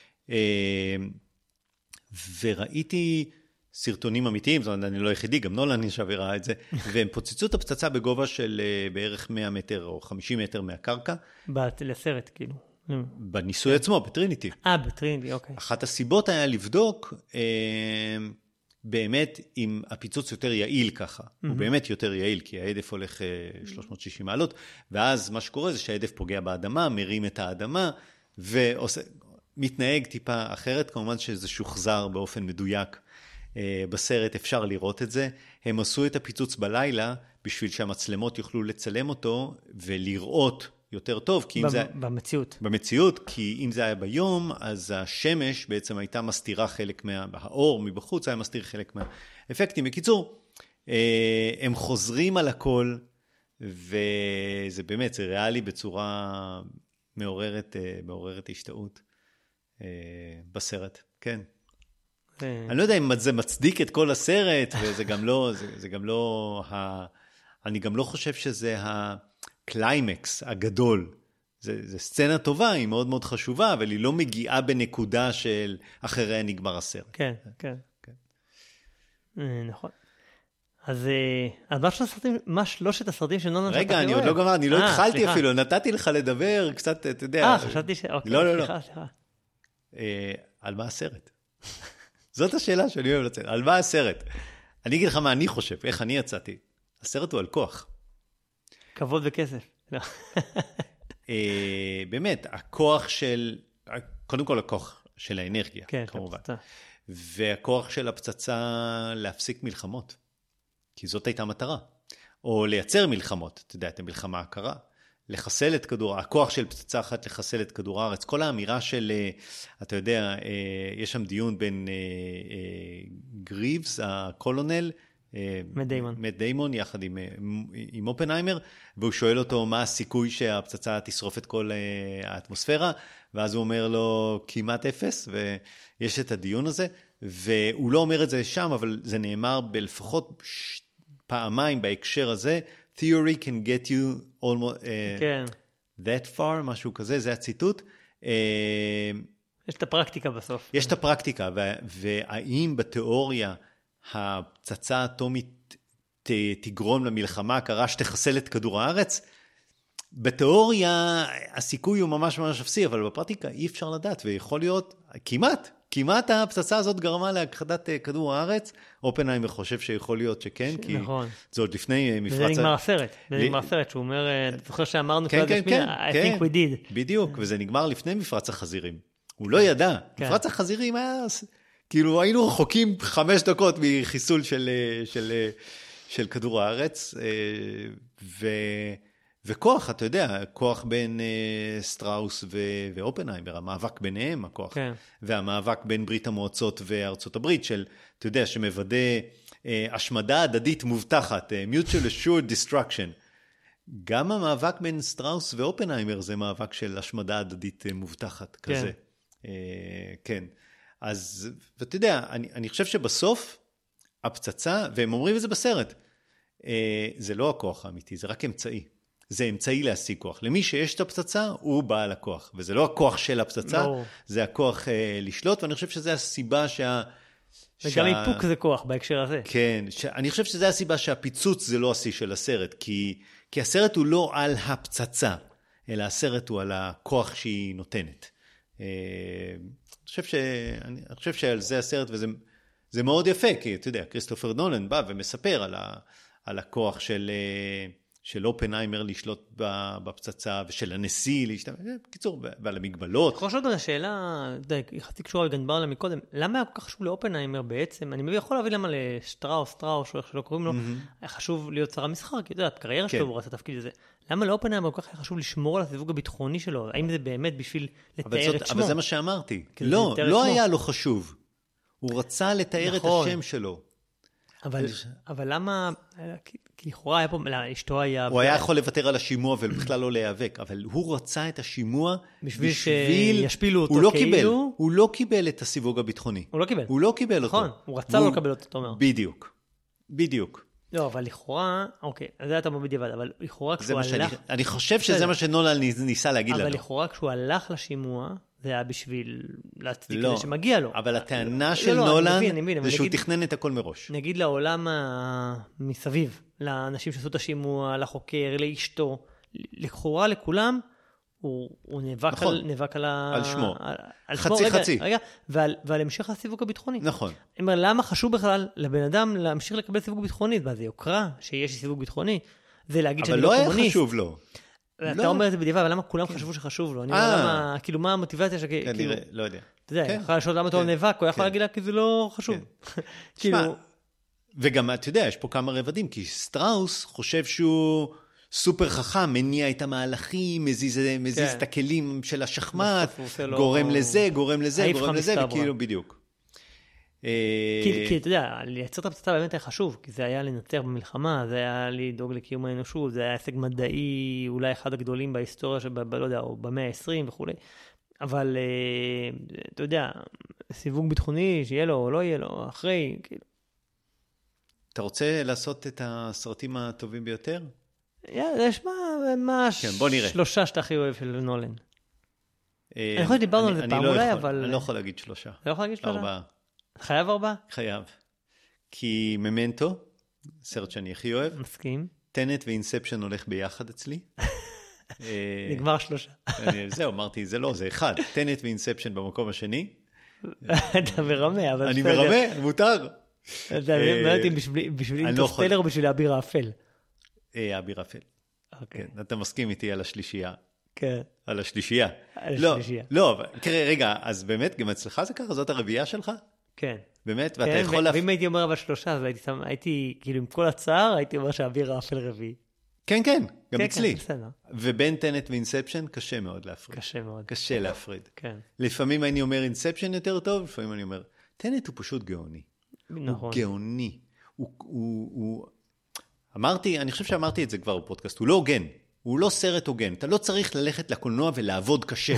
וראיתי סרטונים אמיתיים, זאת אומרת, אני לא יחידי, גם נולן נשאר וראה את זה, והם פוצצו את הפצצה בגובה של בערך מאה מטר או חמישים מטר מהקרקע. לסרט, כאילו. בניסוי עצמו, בטריניטי. אה, בטריניטי, אוקיי. אחת הסיבות היה לבדוק אה, באמת אם הפיצוץ יותר יעיל ככה. Mm-hmm. הוא באמת יותר יעיל, כי ההדף הולך אה, שלוש מאות ושישים מעלות, ואז מה שקורה זה שההדף פוגע באדמה, מרים את האדמה, ומתנהג טיפה אחרת, כמובן שזה שוחזר באופן מדויק אה, בסרט, אפשר לראות את זה. הם עשו את הפיצוץ בלילה, בשביל שהמצלמות יוכלו לצלם אותו, ולראות יותר טוב, כי אם זה... במציאות. במציאות, כי אם זה היה ביום, אז השמש בעצם הייתה מסתירה חלק מה... האור מבחוץ היה מסתיר חלק מהאפקטים. בקיצור, הם חוזרים על הכל, וזה באמת, זה ריאלי בצורה מעוררת, מעוררת השתאות בסרט. כן. אני לא יודע אם זה מצדיק את כל הסרט, וזה גם לא, זה, זה גם לא, ה... אני גם לא חושב שזה ה... קליימקס הגדול. זה, זה סצנה טובה, היא מאוד מאוד חשובה, אבל היא לא מגיעה בנקודה של אחריה נגמר הסרט. כן, כן. כן. נכון. אז, אז מה, הסרטים, מה שלושת הסרטים של נולן? רגע, אני עוד לא גמר, אני לא התחלתי אפילו, נתתי לך לדבר קצת, אתה יודע. אה, חשבתי ש... אוקיי, לא, לא, לא. סליחה, סליחה. על מה הסרט? זאת השאלה שאני אוהב לצאת. על מה הסרט? אני אגיד לך מה אני חושב, איך אני יצאתי. הסרט הוא על כוח. כבוד וכסף. באמת, הכוח של, קודם כל הכוח של האנרגיה, כן, כמובן. והכוח של הפצצה להפסיק מלחמות. כי זאת הייתה מטרה. או לייצר מלחמות, אתה יודע, את המלחמה הקרה. לחסל את כדור, הכוח של פצצה אחת לחסל את כדור הארץ. כל האמירה של, אתה יודע, יש שם דיון בין גריבס, הקולונל, מט דיימון. מט דיימון, יחד עם, עם אופנהיימר, והוא שואל אותו מה הסיכוי שהפצצה תשרוף את כל האטמוספירה, ואז הוא אומר לו כמעט אפס, ויש את הדיון הזה, והוא לא אומר את זה שם, אבל זה נאמר בלפחות פעמיים בהקשר הזה, theory can get you almost, uh, כן. that far, משהו כזה, זה הציטוט. Uh, יש את הפרקטיקה בסוף. יש את הפרקטיקה, ו- והאם בתיאוריה הפצצה האטומית ת- תגרום למלחמה הקרה שתחסל את כדור הארץ? בתיאוריה הסיכוי הוא ממש ממש אפסי, אבל בפרקטיקה אי אפשר לדעת, ויכול להיות כמעט, כמעט הפצצה הזאת גרמה להכחדת כדור הארץ. אופנהיימר חושב שיכול להיות שכן, ש... כי נכון. זה עוד לפני מפרץ... וזה נגמר הסרט, זה נגמר הסרט, שהוא אומר, זוכר שאמרנו, כן, כן, כן, I כן. think we did. בדיוק, וזה נגמר לפני מפרץ החזירים. הוא לא ידע. כן. מפרץ החזירים היה... כאילו היינו רחוקים חמש דקות מחיסול של, של, של כדור הארץ, ו... וכוח, אתה יודע, כוח בין uh, סטראוס ו- ואופנהיימר, המאבק ביניהם, הכוח, כן. והמאבק בין ברית המועצות וארצות הברית, של, אתה יודע, שמוודא uh, השמדה הדדית מובטחת, uh, mutual assured destruction. גם המאבק בין סטראוס ואופנהיימר זה מאבק של השמדה הדדית uh, מובטחת, כן. כזה. Uh, כן. אז, ואתה יודע, אני, אני חושב שבסוף, הפצצה, והם אומרים את זה בסרט, uh, זה לא הכוח האמיתי, זה רק אמצעי. זה אמצעי להשיג כוח. למי שיש את הפצצה, הוא בעל הכוח. וזה לא הכוח של הפצצה, לא. זה הכוח אה, לשלוט, ואני חושב שזו הסיבה שה... וגם שה... איפוק זה כוח בהקשר הזה. כן, ש... אני חושב שזו הסיבה שהפיצוץ זה לא השיא של הסרט, כי... כי הסרט הוא לא על הפצצה, אלא הסרט הוא על הכוח שהיא נותנת. אה, אני חושב, ש... אני חושב שעל זה הסרט, וזה זה מאוד יפה, כי אתה יודע, כריסטופר נולן בא ומספר על, ה... על הכוח של... של אופנהיימר לשלוט בפצצה, ושל הנשיא להשתמש, בקיצור, ועל המגבלות. יכול לשאול את השאלה, חצי קשורה על גנברלה מקודם, למה היה כל כך חשוב לאופנהיימר בעצם? אני יכול להבין למה לשטראוס, טראוס, או איך שלא קוראים לו, היה חשוב להיות שר המסחר, כי אתה יודע, הקריירה שלו הוא רצה תפקיד הזה. למה לאופנהיימר כל כך היה חשוב לשמור על הסיווג הביטחוני שלו? האם זה באמת בשביל לתאר את שמו? אבל זה מה שאמרתי. לא, לא היה לו חשוב. הוא רצה לתאר את השם שלו. אבל, אבל למה, כי לכאורה היה פה, אשתו היה... הוא היה יכול לוותר על השימוע ובכלל לא להיאבק, אבל הוא רצה את השימוע בשביל שישפילו אותו הוא לא כאילו... קיבל, הוא לא קיבל את הסיווג הביטחוני. הוא לא קיבל. הוא לא קיבל אותו. נכון, הוא רצה לא לקבל אותו, אתה אומר. בדיוק, בדיוק. לא, אבל לכאורה, אוקיי, זה אתה בדיעבד, אבל לכאורה כשהוא הלך... אני חושב שזה מה שנולן ניסה להגיד לנו. אבל לכאורה כשהוא הלך לשימוע, זה היה בשביל להצדיק את זה שמגיע לו. אבל הטענה של נולן זה שהוא תכנן את הכל מראש. נגיד לעולם מסביב, לאנשים שעשו את השימוע, לחוקר, לאשתו, לכאורה לכולם, הוא נאבק על שמו. חצי חצי. ועל המשך הסיווג הביטחוני. נכון. אני אומר, למה חשוב בכלל לבן אדם להמשיך לקבל סיווג ביטחוני? זה יוקרה שיש סיווג ביטחוני. זה להגיד שאני לא קומוניסט. אבל לא היה חשוב לו. אתה אומר את זה בדיעבד, אבל למה כולם חשבו שחשוב לו? אני אומר, למה, כאילו, מה המוטיבציה שכאילו... כנראה, לא יודע. אתה יודע, יכול לשאול למה אתה נאבק, או יכול להגיד לה, כי זה לא חשוב. כאילו... וגם, אתה יודע, יש פה כמה רבדים, כי סטראוס חושב שהוא סופר חכם, מניע את המהלכים, מזיז את הכלים של השחמט, גורם לזה, גורם לזה, גורם לזה, וכאילו בדיוק. כי אתה יודע, לייצר את הפצצה באמת היה חשוב, כי זה היה לנצח במלחמה, זה היה לדאוג לקיום האנושות, זה היה הישג מדעי, אולי אחד הגדולים בהיסטוריה, לא יודע, או במאה ה-עשרים וכו'. אבל אתה יודע, סיווג ביטחוני, שיהיה לו או לא יהיה לו, אחרי, כאילו. אתה רוצה לעשות את הסרטים הטובים ביותר? יש מה שלושה שאתה הכי אוהב של נולן. אני חושב שדיברנו על זה פעם אולי, אבל... אני לא יכול להגיד שלושה. אתה לא יכול להגיד שלושה? ארבעה. חייב ארבעה? חייב. כי ממנטו, סרט שאני הכי אוהב. מסכים. טנט ואינספשן הולך ביחד אצלי. נגמר שלושה. זהו, אמרתי, זה לא, זה אחד. טנט ואינספשן במקום השני. אתה מרמה, אבל... אני מרמה, מותר. אתה אומר אותי בשביל אינטרסטלר או בשביל האביר האפל? האביר האפל. אתה מסכים איתי על השלישייה. כן. על השלישייה. על השלישייה. לא, תראה, רגע, אז באמת, גם אצלך זה ככה? זאת הרביעייה שלך? כן. באמת? ואתה יכול... ואם הייתי אומר אבל שלושה, אז הייתי, כאילו, עם כל הצער, הייתי אומר שהאביר האפל רביעי. כן, כן, גם אצלי. ובין טנט ואינספשן, קשה מאוד להפריד. קשה מאוד. קשה להפריד. כן. לפעמים אני אומר אינספשן יותר טוב, לפעמים אני אומר, טנט הוא פשוט גאוני. נכון. הוא גאוני. הוא... אמרתי, אני חושב שאמרתי את זה כבר בפודקאסט, הוא לא הוגן. הוא לא סרט הוגן. אתה לא צריך ללכת לקולנוע ולעבוד קשה.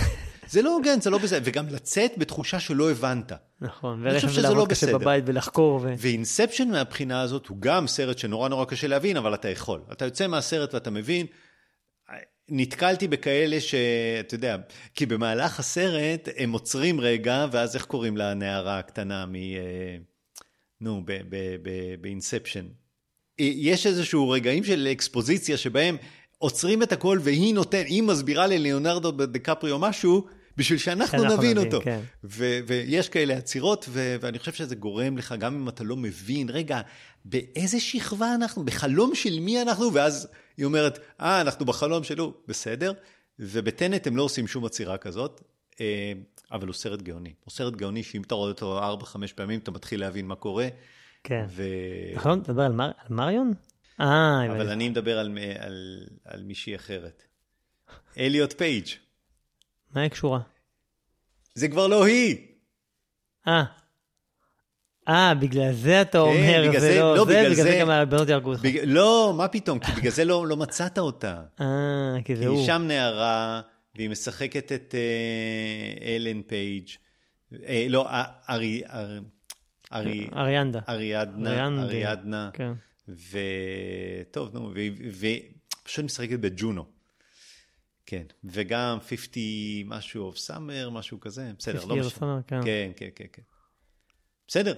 זה לא הוגן, זה לא בסדר, וגם לצאת בתחושה שלא הבנת. נכון, ולכן זה לעבוד קשה בבית ולחקור. ואינספשן מהבחינה הזאת הוא גם סרט שנורא נורא קשה להבין, אבל אתה יכול. אתה יוצא מהסרט ואתה מבין, נתקלתי בכאלה שאתה יודע, כי במהלך הסרט הם עוצרים רגע, ואז איך קוראים לנערה הקטנה מ... נו, באינספשן. יש איזשהו רגעים של אקספוזיציה שבהם עוצרים את הכל, והיא נותן, היא מסבירה לליאונרדו דקפריו משהו, בשביל שאנחנו נבין אותו. כן. ו- ויש כאלה עצירות, ו- ואני חושב שזה גורם לך, גם אם אתה לא מבין, רגע, באיזה שכבה אנחנו, בחלום של מי אנחנו, ואז היא אומרת, אה, אנחנו בחלום שלו, בסדר, ובטנט הם לא עושים שום עצירה כזאת, אבל הוא סרט גאוני. הוא סרט גאוני, שאם אתה רואה אותו ארבע, חמש פעמים, אתה מתחיל להבין מה קורה. כן. ו... נכון, אתה מדבר על, מר... על מריון? אה, אבל אני מדבר על, על, על מישהי אחרת. אליוט פייג'. מה היא קשורה? זה כבר לא היא. אה. אה, בגלל זה אתה אומר, כן, בגלל זה, זה, לא, לא, זה, בגלל בגלל זה, זה גם הבנות ירגו אותך. בג... לא, מה פתאום? כי בגלל זה לא, לא מצאת אותה. אה, כי זה כי הוא. היא שם נערה, והיא משחקת את אה, אלן פייג'. אה, לא, ארי... ארי... ארי... אריאנדה. אריאדנה. אריאדנה. כן. וטוב, נו, ופשוט משחקת בג'ונו. כן, וגם חמישים משהו of summer, משהו כזה, בסדר, לא משהו. כן, כן, כן, כן. בסדר.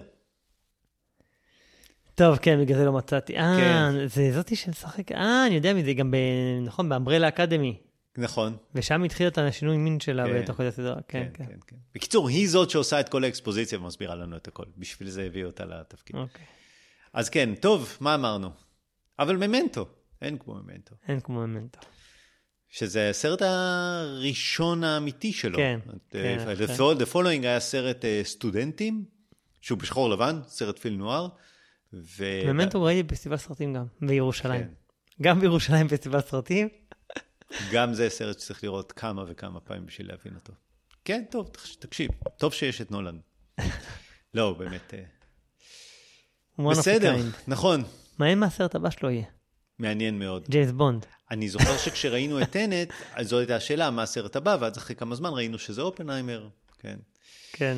טוב, כן, בגלל זה לא מצאתי. אה, זה זאתי שמשחק, אה, אני יודע מזה, גם, נכון, באמברלה אקדמי. נכון. ושם התחיל את השינוי מין שלה בתוך כדי הסדרה, כן, כן. בקיצור, היא זאת שעושה את כל האקספוזיציה ומסבירה לנו את הכל, בשביל זה הביא אותה לתפקיד. אוקיי. אז כן, טוב, מה אמרנו? אבל ממנטו, אין כמו ממנטו. אין כמו ממנטו. שזה הסרט הראשון האמיתי שלו. כן. The Following היה סרט סטודנטים, שהוא בשחור לבן, סרט פיל נוער. ממנטו ראיתי בפסטיבל סרטים גם, בירושלים. גם בירושלים פסטיבל סרטים. גם זה סרט שצריך לראות כמה וכמה פעמים בשביל להבין אותו. כן, טוב, תקשיב, טוב שיש את נולן. לא, באמת. בסדר, נכון. מעניין מה הסרט הבא שלו יהיה? מעניין מאוד. ג'יימס בונד. אני זוכר שכשראינו את טנט, אז זו הייתה השאלה, מה הסרט הבא, ואז אחרי כמה זמן ראינו שזה אופנהיימר. כן. כן.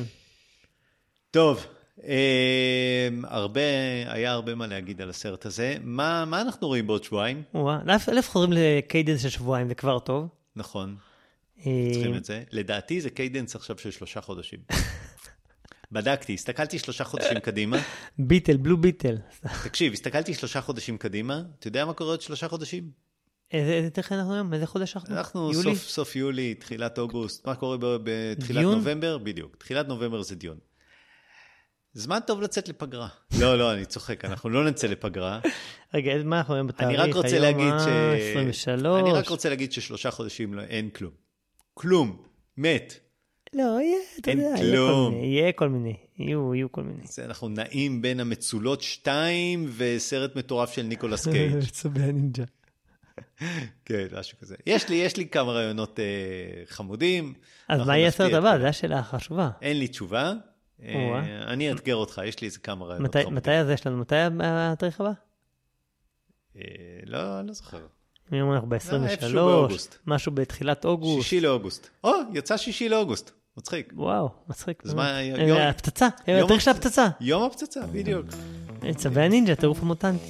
טוב, אה, הרבה, היה הרבה מה להגיד על הסרט הזה. מה, מה אנחנו רואים בעוד שבועיים? אלף חוזרים לקיידנס של שבועיים, זה כבר טוב. נכון. צריכים את זה. לדעתי זה קיידנס עכשיו של שלושה חודשים. בדקתי, הסתכלתי שלושה חודשים קדימה. ביטל, בלו ביטל. תקשיב, הסתכלתי שלושה חודשים קדימה. אתה יודע מה קורה עוד שלושה חודשים? איזה תכף אנחנו היום? איזה חודש אנחנו? אנחנו סוף, סוף יולי, תחילת אוגוסט. מה קורה בתחילת נובמבר? בדיוק. תחילת נובמבר זה דיון. זמן טוב לצאת לפגרה. לא, לא, אני צוחק. אנחנו לא נצא לפגרה. רגע, מה אנחנו היום בתאריך? אני רק רוצה להגיד ש... עשרים ושלוש. אני רק רוצה להגיד ששלושה חודשים אין כלום. כלום. מת. לא, יהיה, אתה יודע, יהיה כל מיני, יהיו, יהיו כל מיני. אנחנו נעים בין המצולות שתיים וסרט מטורף של ניקולס קייג'. צבי הנינג'ה. כן, משהו כזה. יש לי, יש לי כמה רעיונות חמודים. אז מה יהיה הסרט הבא? זו השאלה החשובה. אין לי תשובה. אני אאתגר אותך, יש לי איזה כמה רעיונות חמודים. מתי זה יש לנו? מתי התאריך הבא? לא, אני לא זוכר. היום אנחנו ב-עשרים ושלוש, משהו בתחילת אוגוסט. שישי לאוגוסט. או, יצא שישי לאוגוסט. מצחיק. וואו, מצחיק. אז מה, יום... הפצצה, התאריך של הפצצה. יום הפצצה, בדיוק. צבי הנינג'ה, טירוף המוטנטי.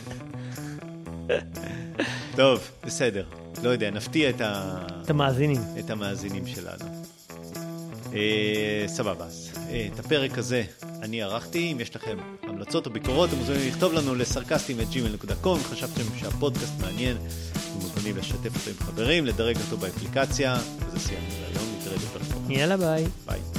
טוב, בסדר. לא יודע, נפתיע את ה... את המאזינים. את המאזינים שלנו. סבבה, אז את הפרק הזה אני ערכתי. אם יש לכם המלצות או ביקורות, אתם מוזמנים לכתוב לנו לסרקסטים את ג'ימייל דוט קום. אם חשבתם שהפודקאסט מעניין, אתם מוזמנים לשתף אותו עם חברים, לדרג אותו באפליקציה, וזה סיימנו להיום. נתראה בפרק. יאללה, ביי. ביי.